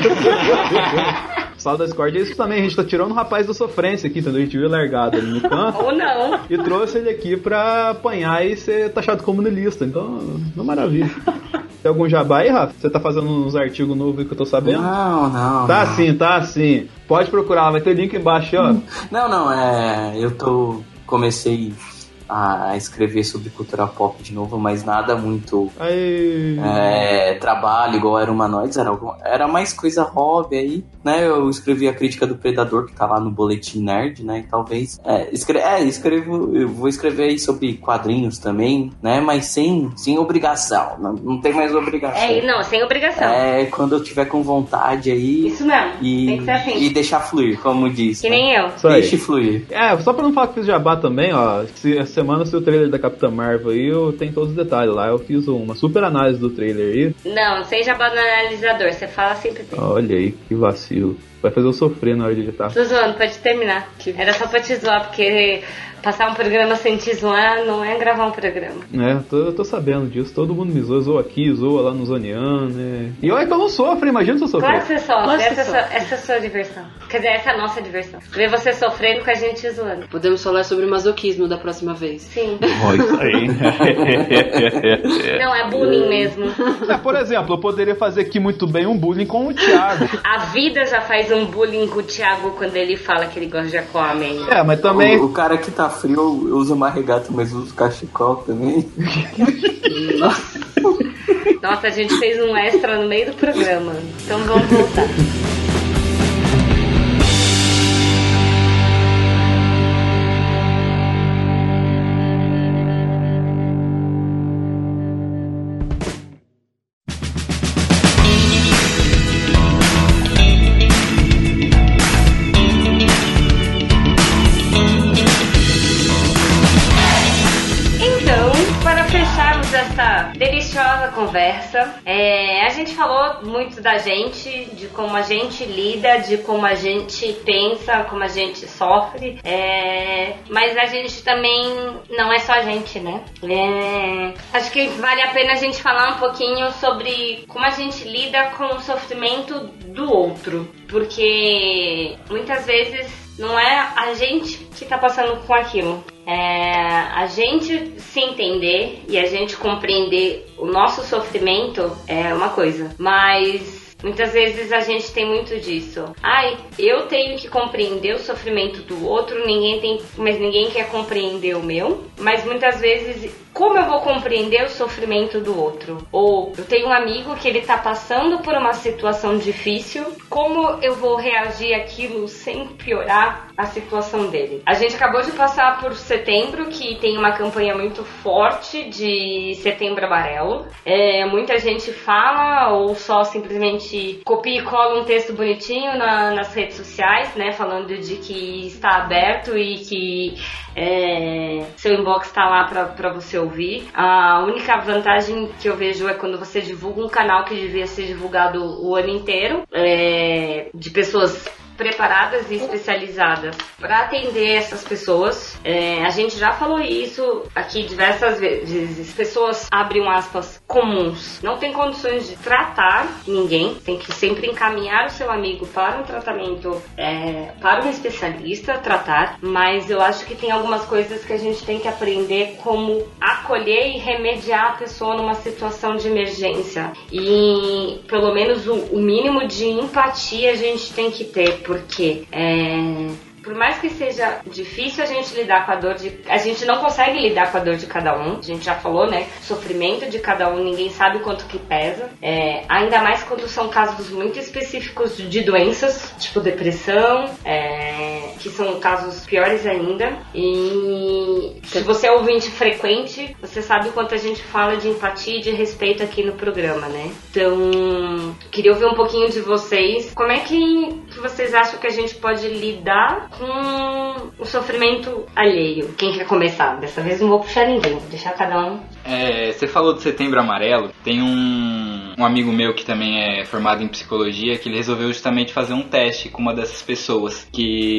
Sala da Discord é isso também, a gente tá tirando o rapaz da sofrência aqui, entendeu? A gente viu largado ali no canto. Ou não. E trouxe ele aqui pra apanhar e ser taxado como comunista, então, uma maravilha. Tem algum jabá aí, Rafa? Você tá fazendo uns artigos novos aí que eu tô sabendo? Não, não. Tá não. sim, tá sim. Pode procurar, vai ter link embaixo, ó. Não, não, é. Eu tô. Comecei a escrever sobre cultura pop de novo, mas nada muito é, trabalho igual era Humanoides, era, era mais coisa hobby aí, né? Eu escrevi a crítica do Predador, que tá lá no Boletim Nerd, né? E talvez é, escre é, escrevo, eu vou escrever aí sobre quadrinhos também, né? Mas sem, sem obrigação, não, não tem mais obrigação. É, não, sem obrigação. É, quando eu tiver com vontade aí. Isso mesmo, e, tem que ser assim. E deixar fluir, como diz. Que né? nem eu. Deixe fluir. É, só pra não falar que fiz jabá também, ó, se semana se o trailer da Capitã Marvel aí, eu tenho todos os detalhes lá. Eu fiz uma super análise do trailer aí. Não, sem jabá no analisador, você fala sempre bem. Olha aí, que vacilo. Vai fazer eu sofrer na hora de editar. Tô zoando, pode terminar. Era só pra te zoar, porque passar um programa sem te zoar não é gravar um programa. É, tô, eu tô sabendo disso. Todo mundo me zoa, zoa aqui, zoa lá no Zoneando, né? E olha que eu não sofro, imagina se eu sofrer. Claro que você sofre, Claro que essa, você é sua, sofre. essa é a sua diversão. Quer dizer, essa é a nossa diversão. Ver você sofrendo com a gente zoando. Podemos falar sobre masoquismo da próxima vez. Sim. Ó, isso aí. Não, é bullying mesmo. É, por exemplo, eu poderia fazer aqui muito bem um bullying com o Thiago. A vida já faz um bullying com o Thiago quando ele fala que ele gosta de Aquaman. É, mas também... O, o cara que tá frio usa uma regata, mas usa cachecol também. Nossa. Nossa, a gente fez um extra no meio do programa. Então vamos voltar. terminamos essa deliciosa conversa. É, a gente falou muito da gente, de como a gente lida, de como a gente pensa, como a gente sofre. É, mas a gente também não é só a gente, né? É, acho que vale a pena a gente falar um pouquinho sobre como a gente lida com o sofrimento do outro. Porque muitas vezes não é a gente que tá passando com aquilo. É a gente se entender e a gente compreender o nosso sofrimento é uma coisa, mas muitas vezes a gente tem muito disso. Ai, eu tenho que compreender o sofrimento do outro, ninguém tem, mas ninguém quer compreender o meu. Mas muitas vezes, como eu vou compreender o sofrimento do outro? Ou eu tenho um amigo que ele tá passando por uma situação difícil, como eu vou reagir àquilo sem piorar a situação dele? A gente acabou de passar por setembro, que tem uma campanha muito forte de Setembro Amarelo. É, muita gente fala ou só simplesmente copia e cola um texto bonitinho na, nas redes sociais, né, falando de que está aberto e que é, seu inbox está lá para você ouvir. A única vantagem que eu vejo é quando você divulga um canal que devia ser divulgado o ano inteiro, é, de pessoas preparadas e especializadas para atender essas pessoas. É, a gente já falou isso aqui diversas vezes. Pessoas, abrem aspas, comuns, não tem condições de tratar ninguém, tem que sempre encaminhar o seu amigo para um tratamento, é, para um especialista tratar, mas eu acho que tem algumas coisas que a gente tem que aprender, como acolher e remediar a pessoa numa situação de emergência, e pelo menos o, o mínimo de empatia a gente tem que ter, porque é, por mais que seja difícil a gente lidar com a dor de... A gente não consegue lidar com a dor de cada um. A gente já falou, né? Sofrimento de cada um, ninguém sabe o quanto que pesa. É, ainda mais quando são casos muito específicos de doenças, tipo depressão, é, que são casos piores ainda. E se você é ouvinte frequente, você sabe o quanto a gente fala de empatia e de respeito aqui no programa, né? Então, queria ouvir um pouquinho de vocês. Como é que, que vocês acham que a gente pode lidar com o sofrimento alheio? Quem quer começar? Dessa vez não vou puxar ninguém, vou deixar cada um. É, você falou de Setembro Amarelo. Tem um, um amigo meu que também é formado em psicologia, que ele resolveu justamente fazer um teste com uma dessas pessoas.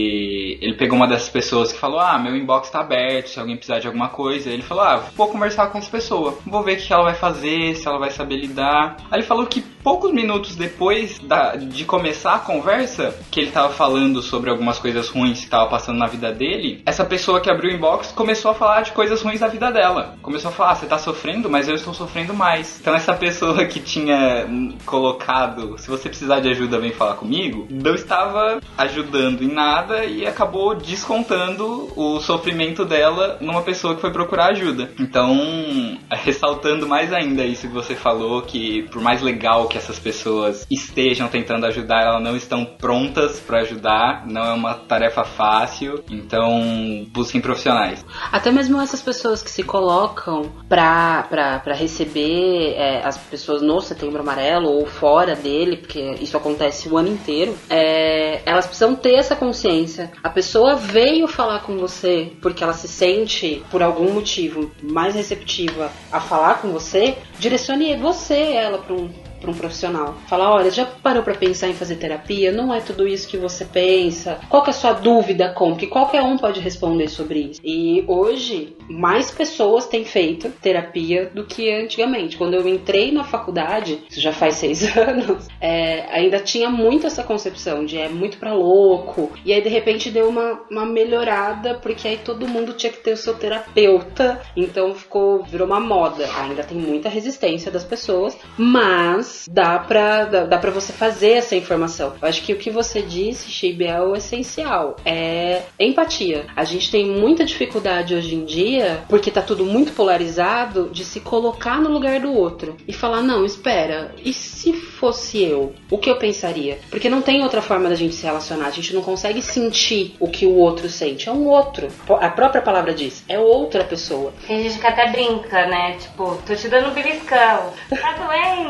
Que ele pegou uma dessas pessoas que falou: ah, meu inbox tá aberto, se alguém precisar de alguma coisa. Ele falou: ah, vou conversar com essa pessoa, vou ver o que ela vai fazer, se ela vai saber lidar. Aí ele falou que poucos minutos depois da, de começar a conversa, que ele tava falando sobre algumas coisas ruins que tava passando na vida dele, essa pessoa que abriu o inbox começou a falar de coisas ruins da vida dela. Começou a falar: ah, você tá sofrendo, mas eu estou sofrendo mais. Então essa pessoa que tinha colocado: se você precisar de ajuda, vem falar comigo, não estava ajudando em nada e acabou descontando o sofrimento dela numa pessoa que foi procurar ajuda. Então, ressaltando mais ainda isso que você falou, que por mais legal que essas pessoas estejam tentando ajudar, elas não estão prontas para ajudar, não é uma tarefa fácil, então busquem profissionais. Até mesmo essas pessoas que se colocam pra, pra, pra receber é, as pessoas no Setembro Amarelo ou fora dele, porque isso acontece o ano inteiro, é, elas precisam ter essa consciência. A pessoa veio falar com você porque ela se sente, por algum motivo, mais receptiva a falar com você, direcione você ela pra um para um profissional. Falar: olha, já parou para pensar em fazer terapia? Não é tudo isso que você pensa. Qual que é a sua dúvida? Como? Que qualquer um pode responder sobre isso. E hoje, mais pessoas têm feito terapia do que antigamente. Quando eu entrei na faculdade, isso já faz seis anos, é, ainda tinha muito essa concepção de é muito pra louco. E aí, de repente, deu uma, uma melhorada, porque aí todo mundo tinha que ter o seu terapeuta. Então, ficou, virou uma moda. Ainda tem muita resistência das pessoas, mas dá pra, dá, dá pra você fazer essa informação. Eu acho que o que você disse, Chibi, é o essencial. É empatia. A gente tem muita dificuldade hoje em dia, porque tá tudo muito polarizado, de se colocar no lugar do outro e falar: não, espera, e se fosse eu? O que eu pensaria? Porque não tem outra forma da gente se relacionar. A gente não consegue sentir o que o outro sente. É um outro. A própria palavra diz, é outra pessoa. Tem gente que até brinca, né? Tipo, tô te dando um beliscão. Tá doendo?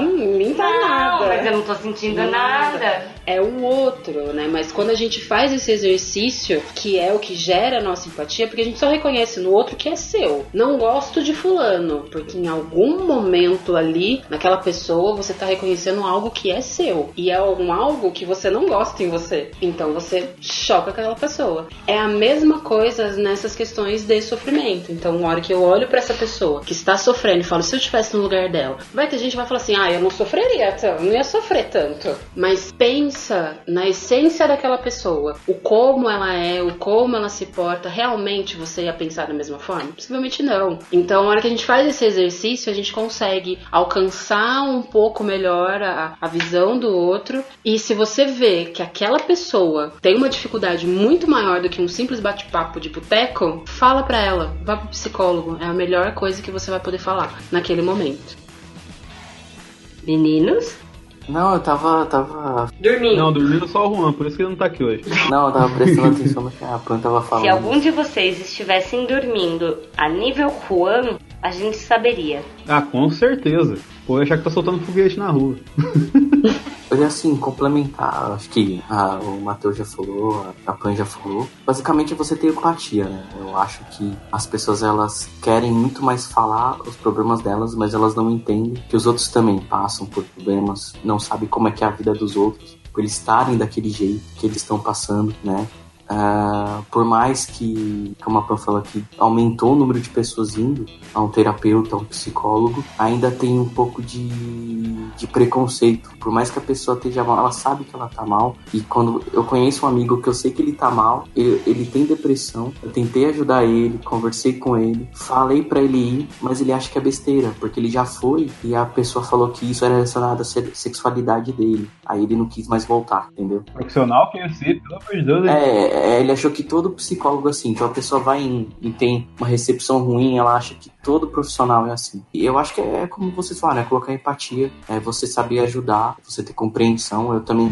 não limpa não, nada. Mas eu não tô sentindo nada. nada. É o outro, né? Mas quando a gente faz esse exercício, que é o que gera a nossa empatia, porque a gente só reconhece no outro que é seu. Não gosto de fulano, porque em algum momento ali, naquela pessoa, você tá reconhecendo algo que é seu. E é um algo que você não gosta em você. Então você choca aquela pessoa. É a mesma coisa nessas questões de sofrimento. Então, na hora que eu olho pra essa pessoa que está sofrendo e falo, se eu estivesse no lugar dela, vai ter gente que vai falar assim, ah, eu não sofreria tanto, não ia sofrer tanto. Mas pensa na essência daquela pessoa, o como ela é, o como ela se porta, realmente você ia pensar da mesma forma? Possivelmente não. Então, na hora que a gente faz esse exercício, a gente consegue alcançar um pouco melhor a, a visão do outro. E se você vê que aquela pessoa tem uma dificuldade muito maior do que um simples bate-papo de boteco, fala pra ela, vá pro psicólogo. É a melhor coisa que você vai poder falar naquele momento. Meninos? Não, eu tava, tava... Dormindo. Não, dormindo só o Juan, por isso que ele não tá aqui hoje. Não, eu tava prestando atenção no que a Pan tava falando. Se algum de vocês estivessem dormindo a nível Juan, a gente saberia. Ah, com certeza. Pô, eu achar que tá soltando foguete na rua. Eu ia, assim, complementar, acho que a, o Matheus já falou, a Pan já falou. Basicamente, você ter empatia, né? Eu acho que as pessoas, elas querem muito mais falar os problemas delas, mas elas não entendem que os outros também passam por problemas, não sabem como é que é a vida dos outros, por eles estarem daquele jeito que eles estão passando, né? Uh, por mais que, como a Pan falou aqui, aumentou o número de pessoas indo a um terapeuta, a um psicólogo, ainda tem um pouco de, de preconceito. Por mais que a pessoa esteja mal, ela sabe que ela tá mal. E quando eu conheço um amigo que eu sei que ele tá mal, ele, ele tem depressão, eu tentei ajudar ele, conversei com ele, falei pra ele ir, mas ele acha que é besteira, porque ele já foi e a pessoa falou que isso era relacionado à sexualidade dele. Aí ele não quis mais voltar, entendeu? Profissional que eu sei, pelo amor de Deus. É, É, ele achou que todo psicólogo é assim, então a pessoa vai em, e tem uma recepção ruim, ela acha que todo profissional é assim. E eu acho que é como vocês falaram, é colocar empatia, é você saber ajudar, você ter compreensão. Eu também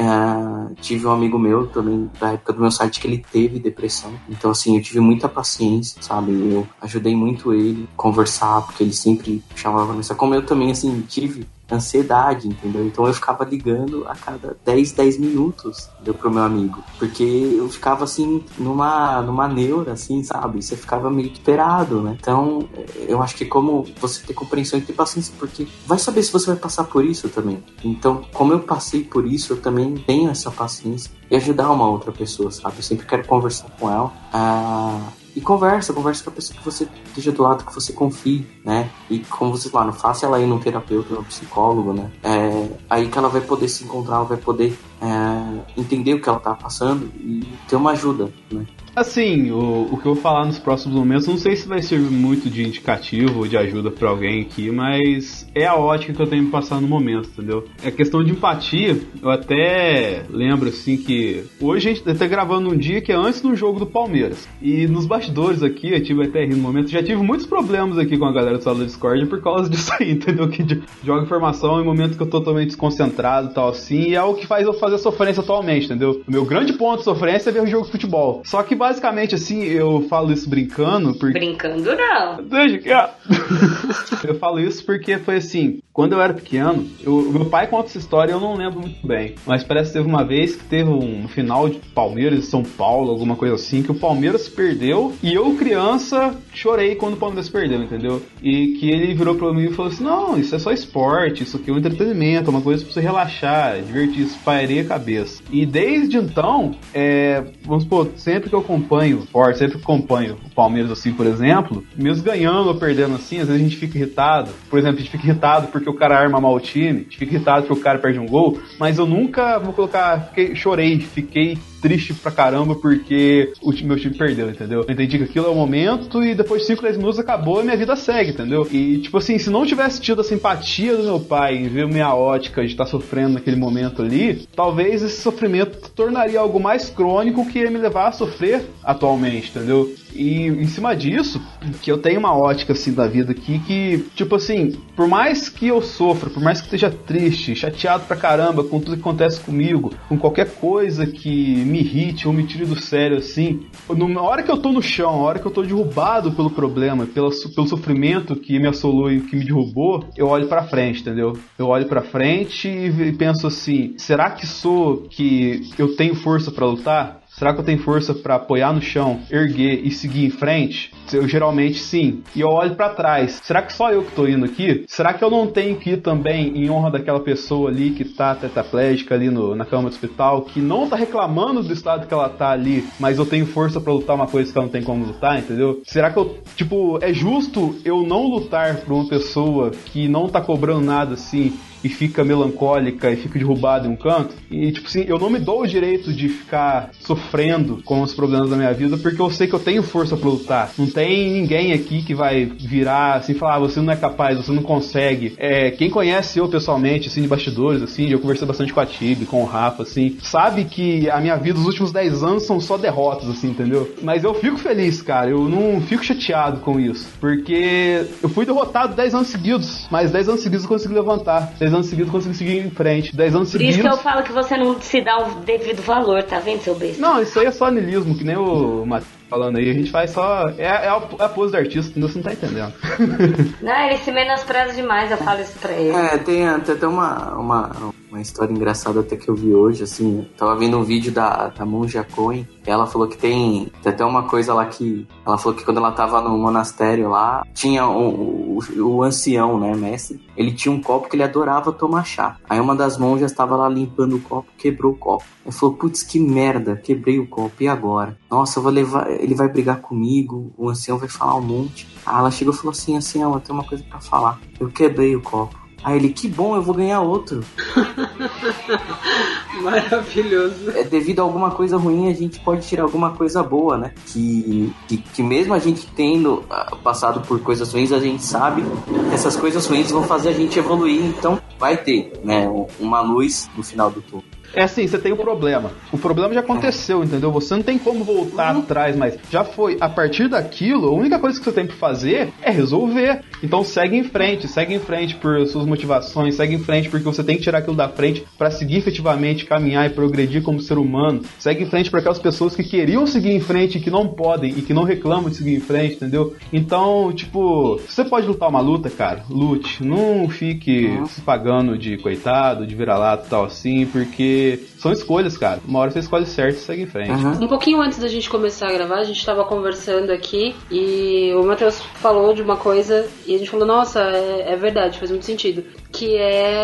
é, tive um amigo meu também da época do meu site que ele teve depressão, então assim, eu tive muita paciência, sabe, eu ajudei muito ele a conversar, porque ele sempre chamava mensagem, como eu também assim, tive ansiedade, entendeu? Então eu ficava ligando a cada dez, dez minutos, deu pro meu amigo, porque eu ficava assim, numa, numa neura, assim, sabe? Você ficava meio esperado, né? Então, eu acho que como você ter compreensão e ter paciência, porque vai saber se você vai passar por isso também. Então, como eu passei por isso, eu também tenho essa paciência e ajudar uma outra pessoa, sabe? Eu sempre quero conversar com ela. Ah, E conversa, conversa com a pessoa que você esteja do lado, que você confie, né? E como vocês falaram, faça ela ir num terapeuta, num psicólogo, né? É, aí que ela vai poder se encontrar, ela vai poder é, entender o que ela tá passando e ter uma ajuda, né? Assim, o, o que eu vou falar nos próximos momentos, não sei se vai servir muito de indicativo ou de ajuda pra alguém aqui, mas é a ótica que eu tenho que passar no momento, entendeu? É questão de empatia. Eu até lembro, assim, que hoje a gente tá gravando um dia que é antes do jogo do Palmeiras. E nos bastidores aqui, eu tive até rir no momento, já tive muitos problemas aqui com a galera do Sala do Discord por causa disso aí, entendeu? Que joga informação em momentos que eu tô totalmente desconcentrado e tal, assim, e é o que faz eu fazer sofrência atualmente, entendeu? O meu grande ponto de sofrência é ver o jogo de futebol. Só que basicamente, assim, eu falo isso brincando porque... Brincando não. Deixa que eu falo isso porque foi assim, quando eu era pequeno, eu, meu pai conta essa história e eu não lembro muito bem, mas parece que teve uma vez que teve um final de Palmeiras e São Paulo, alguma coisa assim, que o Palmeiras perdeu e eu, criança, chorei quando o Palmeiras perdeu, entendeu? E que ele virou pra mim e falou assim, não, isso é só esporte, isso aqui é um entretenimento, uma coisa pra você relaxar, divertir, espairecer a cabeça. E desde então, é, vamos supor, sempre que eu acompanho forte, sempre que acompanho o Palmeiras assim, por exemplo, mesmo ganhando ou perdendo assim, às vezes a gente fica irritado. Por exemplo, a gente fica irritado porque o cara arma mal o time, a gente fica irritado porque o cara perde um gol, mas eu nunca vou colocar, fiquei, chorei, fiquei triste pra caramba porque o meu time perdeu, entendeu? Eu entendi que aquilo é o momento e depois de cinco, dez minutos acabou e minha vida segue, entendeu? E tipo assim, se não tivesse tido a simpatia do meu pai em ver minha ótica de estar sofrendo naquele momento ali, talvez esse sofrimento tornaria algo mais crônico que ia me levar a sofrer atualmente, entendeu? E em cima disso, que eu tenho uma ótica assim da vida aqui que, tipo assim, por mais que eu sofra, por mais que esteja triste, chateado pra caramba com tudo que acontece comigo, com qualquer coisa que me irrite ou me tire do sério assim, na hora que eu tô no chão, na hora que eu tô derrubado pelo problema, pelo, pelo sofrimento que me assolou e que me derrubou, eu olho pra frente, entendeu? Eu olho pra frente e penso assim, será que sou, que eu tenho força pra lutar? Será que eu tenho força pra apoiar no chão, erguer e seguir em frente? Eu geralmente sim. E eu olho pra trás. Será que só eu que tô indo aqui? Será que eu não tenho que ir também em honra daquela pessoa ali que tá tetraplégica ali no, na cama do hospital, que não tá reclamando do estado que ela tá ali, mas eu tenho força pra lutar uma coisa que ela não tem como lutar, entendeu? Será que eu, tipo, é justo eu não lutar por uma pessoa que não tá cobrando nada assim e fica melancólica e fica derrubada em um canto? E, tipo assim, eu não me dou o direito de ficar sofrendo com os problemas da minha vida porque eu sei que eu tenho força pra lutar. Não tem ninguém aqui que vai virar assim, falar, ah, você não é capaz, você não consegue. É, quem conhece eu pessoalmente, assim, de bastidores, assim, eu conversei bastante com a Tibi, com o Rafa, assim, sabe que a minha vida, os últimos dez anos são só derrotas, assim, entendeu? Mas eu fico feliz, cara, eu não fico chateado com isso, porque eu fui derrotado dez anos seguidos, mas dez anos seguidos eu consegui levantar, dez anos seguidos eu consegui seguir em frente, dez anos Por seguidos... Por isso que eu falo que você não se dá o devido valor, tá vendo, seu besta? Não, isso aí é só anilismo, que nem o Matheus falando aí, a gente faz só... É, é, a, é a pose do artista, entendeu? Você não tá entendendo. Não, ele se menospreza demais, eu falo isso pra ele. É, tem até uma, uma, uma história engraçada até que eu vi hoje, assim, eu tava vendo um vídeo da, da Monja Coen, ela falou que tem, tem até uma coisa lá que... Ela falou que quando ela tava no monastério lá, tinha o, o, o ancião, né, mestre, ele tinha um copo que ele adorava tomar chá. Aí uma das monjas tava lá limpando o copo, quebrou o copo. Ele falou, putz, que merda, quebrei o copo, e agora? Nossa, eu vou levar... Ele vai brigar comigo, o ancião vai falar um monte. Aí ela chegou e falou assim, ancião, eu tenho uma coisa pra falar. Eu quebrei o copo. Aí ele, que bom, eu vou ganhar outro. Maravilhoso. É, devido a alguma coisa ruim, a gente pode tirar alguma coisa boa, né? Que, que, que mesmo a gente tendo uh, passado por coisas ruins, a gente sabe que essas coisas ruins vão fazer a gente evoluir. Então vai ter, né, uma luz no final do túnel. É assim, você tem um problema. O problema já aconteceu, entendeu? Você não tem como voltar uhum. atrás, mas já foi. A partir daquilo, a única coisa que você tem pra fazer é resolver. Então segue em frente, segue em frente por suas motivações, segue em frente porque você tem que tirar aquilo da frente pra seguir efetivamente, caminhar e progredir como ser humano. Segue em frente pra aquelas pessoas que queriam seguir em frente e que não podem e que não reclamam de seguir em frente, entendeu? Então, tipo, você pode lutar uma luta, cara, lute. Não fique uhum. se pagando de coitado, de vira-lata e tal assim, porque são escolhas, cara. Uma hora você escolhe certo e segue em frente. Uhum. Um pouquinho antes da gente começar a gravar, a gente tava conversando aqui e o Matheus falou de uma coisa e a gente falou, nossa, é, é verdade, faz muito sentido. Que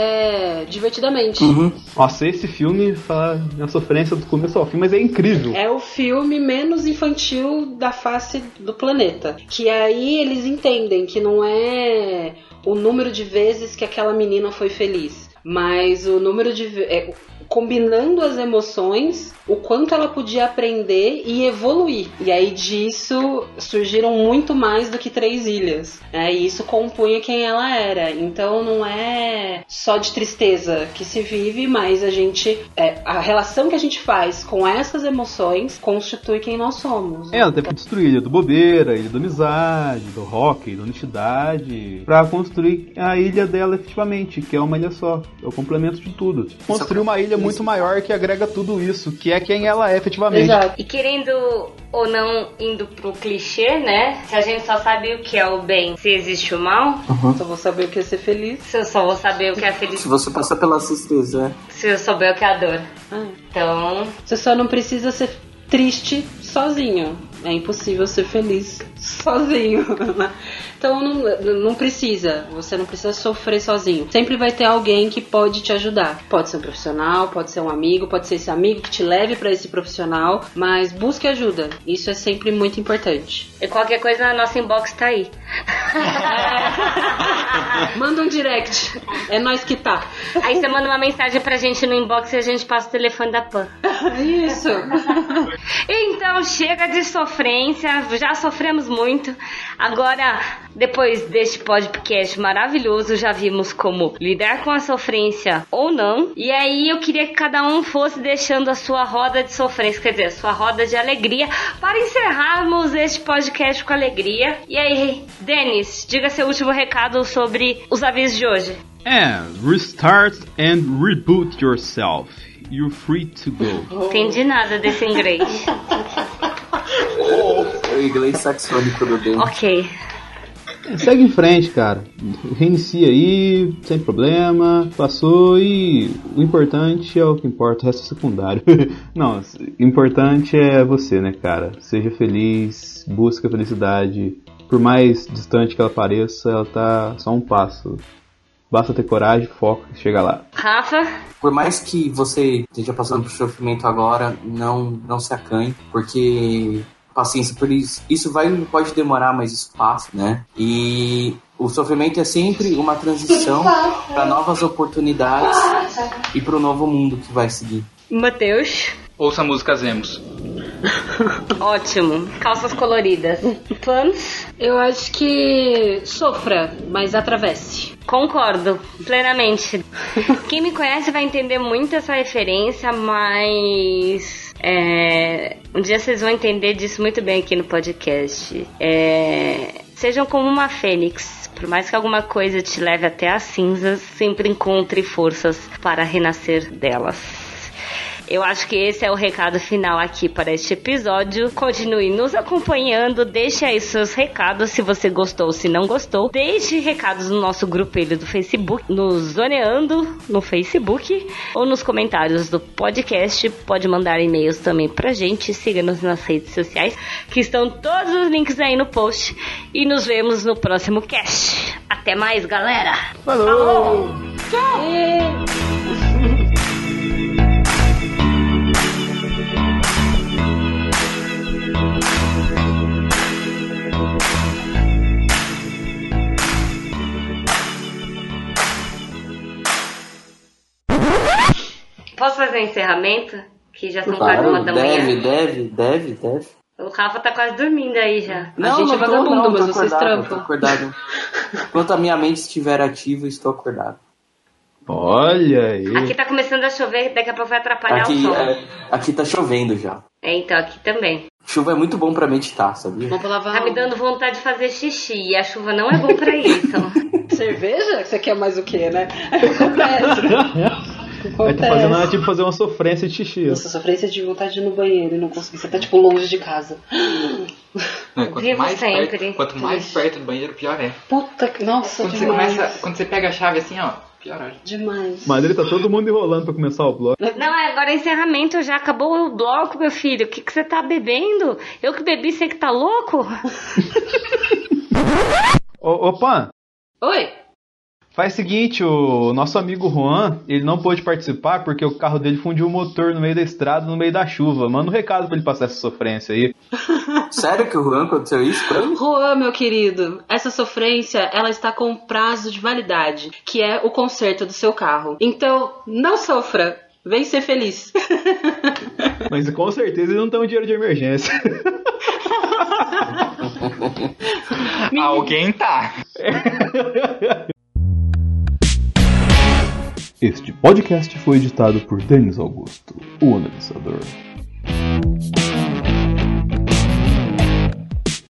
é Divertidamente. Uhum. Nossa, esse filme fala a sofrência do começo ao fim, mas é incrível. É o filme menos infantil da face do planeta. Que aí eles entendem que não é o número de vezes que aquela menina foi feliz, mas o número de... É, combinando as emoções, o quanto ela podia aprender e evoluir. E aí disso surgiram muito mais do que três ilhas. Né? E isso compunha quem ela era. Então não é só de tristeza que se vive, mas a gente... É, a relação que a gente faz com essas emoções constitui quem nós somos. É, ela teve que destruir a ilha do bobeira, a ilha da amizade, do rock, da honestidade, pra construir a ilha dela efetivamente, que é uma ilha só. É o complemento de tudo. Construir uma ilha muito maior que agrega tudo isso, que é quem ela é efetivamente. Exato. E querendo ou não indo pro clichê, né? Se a gente só sabe o que é o bem, se existe o mal, uhum. Só vou saber o que é ser feliz. Se eu só vou saber o que é feliz. Se você passar pela tristeza, é. Se eu souber o que é a dor. Ah. Então... Você só não precisa ser triste sozinho. É impossível ser feliz sozinho. Então não, não precisa, você não precisa sofrer sozinho. Sempre vai ter alguém que pode te ajudar. Pode ser um profissional, pode ser um amigo, pode ser esse amigo que te leve para esse profissional, mas busque ajuda. Isso é sempre muito importante. E qualquer coisa na nossa inbox tá aí. Manda um direct. É nós que tá. Aí você manda uma mensagem pra gente no inbox e a gente passa o telefone da Pan. Isso. Então chega de sofrência, já sofremos muito. Agora, depois deste podcast maravilhoso, já vimos como lidar com a sofrência ou não. E aí eu queria que cada um fosse deixando a sua roda de sofrência, quer dizer, a sua roda de alegria, para encerrarmos este podcast com alegria. E aí, Denis, diga seu último recado sobre os avisos de hoje. É, restart and reboot yourself. You're free to go. Entendi nada desse inglês. O inglês saxônico do Denis. Ok. Segue em frente, cara. Reinicia aí, sem problema. Passou e o importante é o que importa, o resto é secundário. Não, o importante é você, né, cara? Seja feliz, busque a felicidade. Por mais distante que ela pareça, ela tá só um passo. Basta ter coragem, foco e chegar lá. Rafa? Por mais que você esteja passando por sofrimento agora, não, não se acanhe, porque paciência, por isso, isso vai, pode demorar, mas isso passa, né? E o sofrimento é sempre uma transição para novas oportunidades e para o novo mundo que vai seguir. Matheus? Ouça músicas emos. Ótimo. Calças coloridas. Planos? Eu acho que sofra, mas atravesse. Concordo, plenamente. Quem me conhece vai entender muito essa referência, mas... É, um dia vocês vão entender disso muito bem aqui no podcast. É, sejam como uma fênix. Por mais que alguma coisa te leve até as cinzas, sempre encontre forças para renascer delas. Eu acho que esse é o recado final aqui para este episódio. Continue nos acompanhando, deixe aí seus recados se você gostou ou se não gostou. Deixe recados no nosso grupelho do Facebook, no Zoneando no Facebook ou nos comentários do podcast. Pode mandar e-mails também pra gente, siga-nos nas redes sociais, que estão todos os links aí no post. E nos vemos no próximo cast. Até mais, galera! Falou! Falou. Tchau! E... Posso fazer um encerramento? Que já são Claro, quase uma da manhã. Deve, deve, deve, deve. O Rafa tá quase dormindo aí já. Não, a gente não é tô, vagabundo, não, mas tô vocês acordado, trampam. tô acordado. Enquanto a minha mente estiver ativa, estou acordado. Olha aí. Aqui tá começando a chover, daqui a pouco vai atrapalhar Aqui, o som. é, aqui tá chovendo já. É, então, aqui também. Chuva é muito bom pra meditar, sabia? Vamos pra lavar. Tá me dando vontade de fazer xixi e a chuva não é bom pra isso. Cerveja? Você quer mais o quê, né? Acontece. Vai tá fazendo ela tipo fazer uma sofrência de xixi. Nossa, sofrência de vontade de ir no banheiro e não conseguir. Você tá tipo longe de casa. Não, quanto, Vivo mais sempre. perto, quanto mais perto do banheiro, pior é. Puta que. Nossa, Quando você, demais. começa, quando você pega a chave assim, ó, pior é. Demais. Madrid tá todo mundo enrolando pra começar o bloco. Não, é agora é encerramento, já acabou o bloco, meu filho. O que, que você tá bebendo? Eu que bebi, você que tá louco? Ô, ô Pan, Oi! faz o seguinte, o nosso amigo Juan, ele não pôde participar porque o carro dele fundiu o motor no meio da estrada, no meio da chuva. Manda um recado pra ele passar essa sofrência aí. Sério que o Juan aconteceu isso pra ele? Juan, meu querido, essa sofrência, ela está com prazo de validade, que é o conserto do seu carro. Então, não sofra, vem ser feliz. Mas com certeza ele não tem um dinheiro de emergência. Alguém tá. Este podcast foi editado por Denis Augusto, o analisador.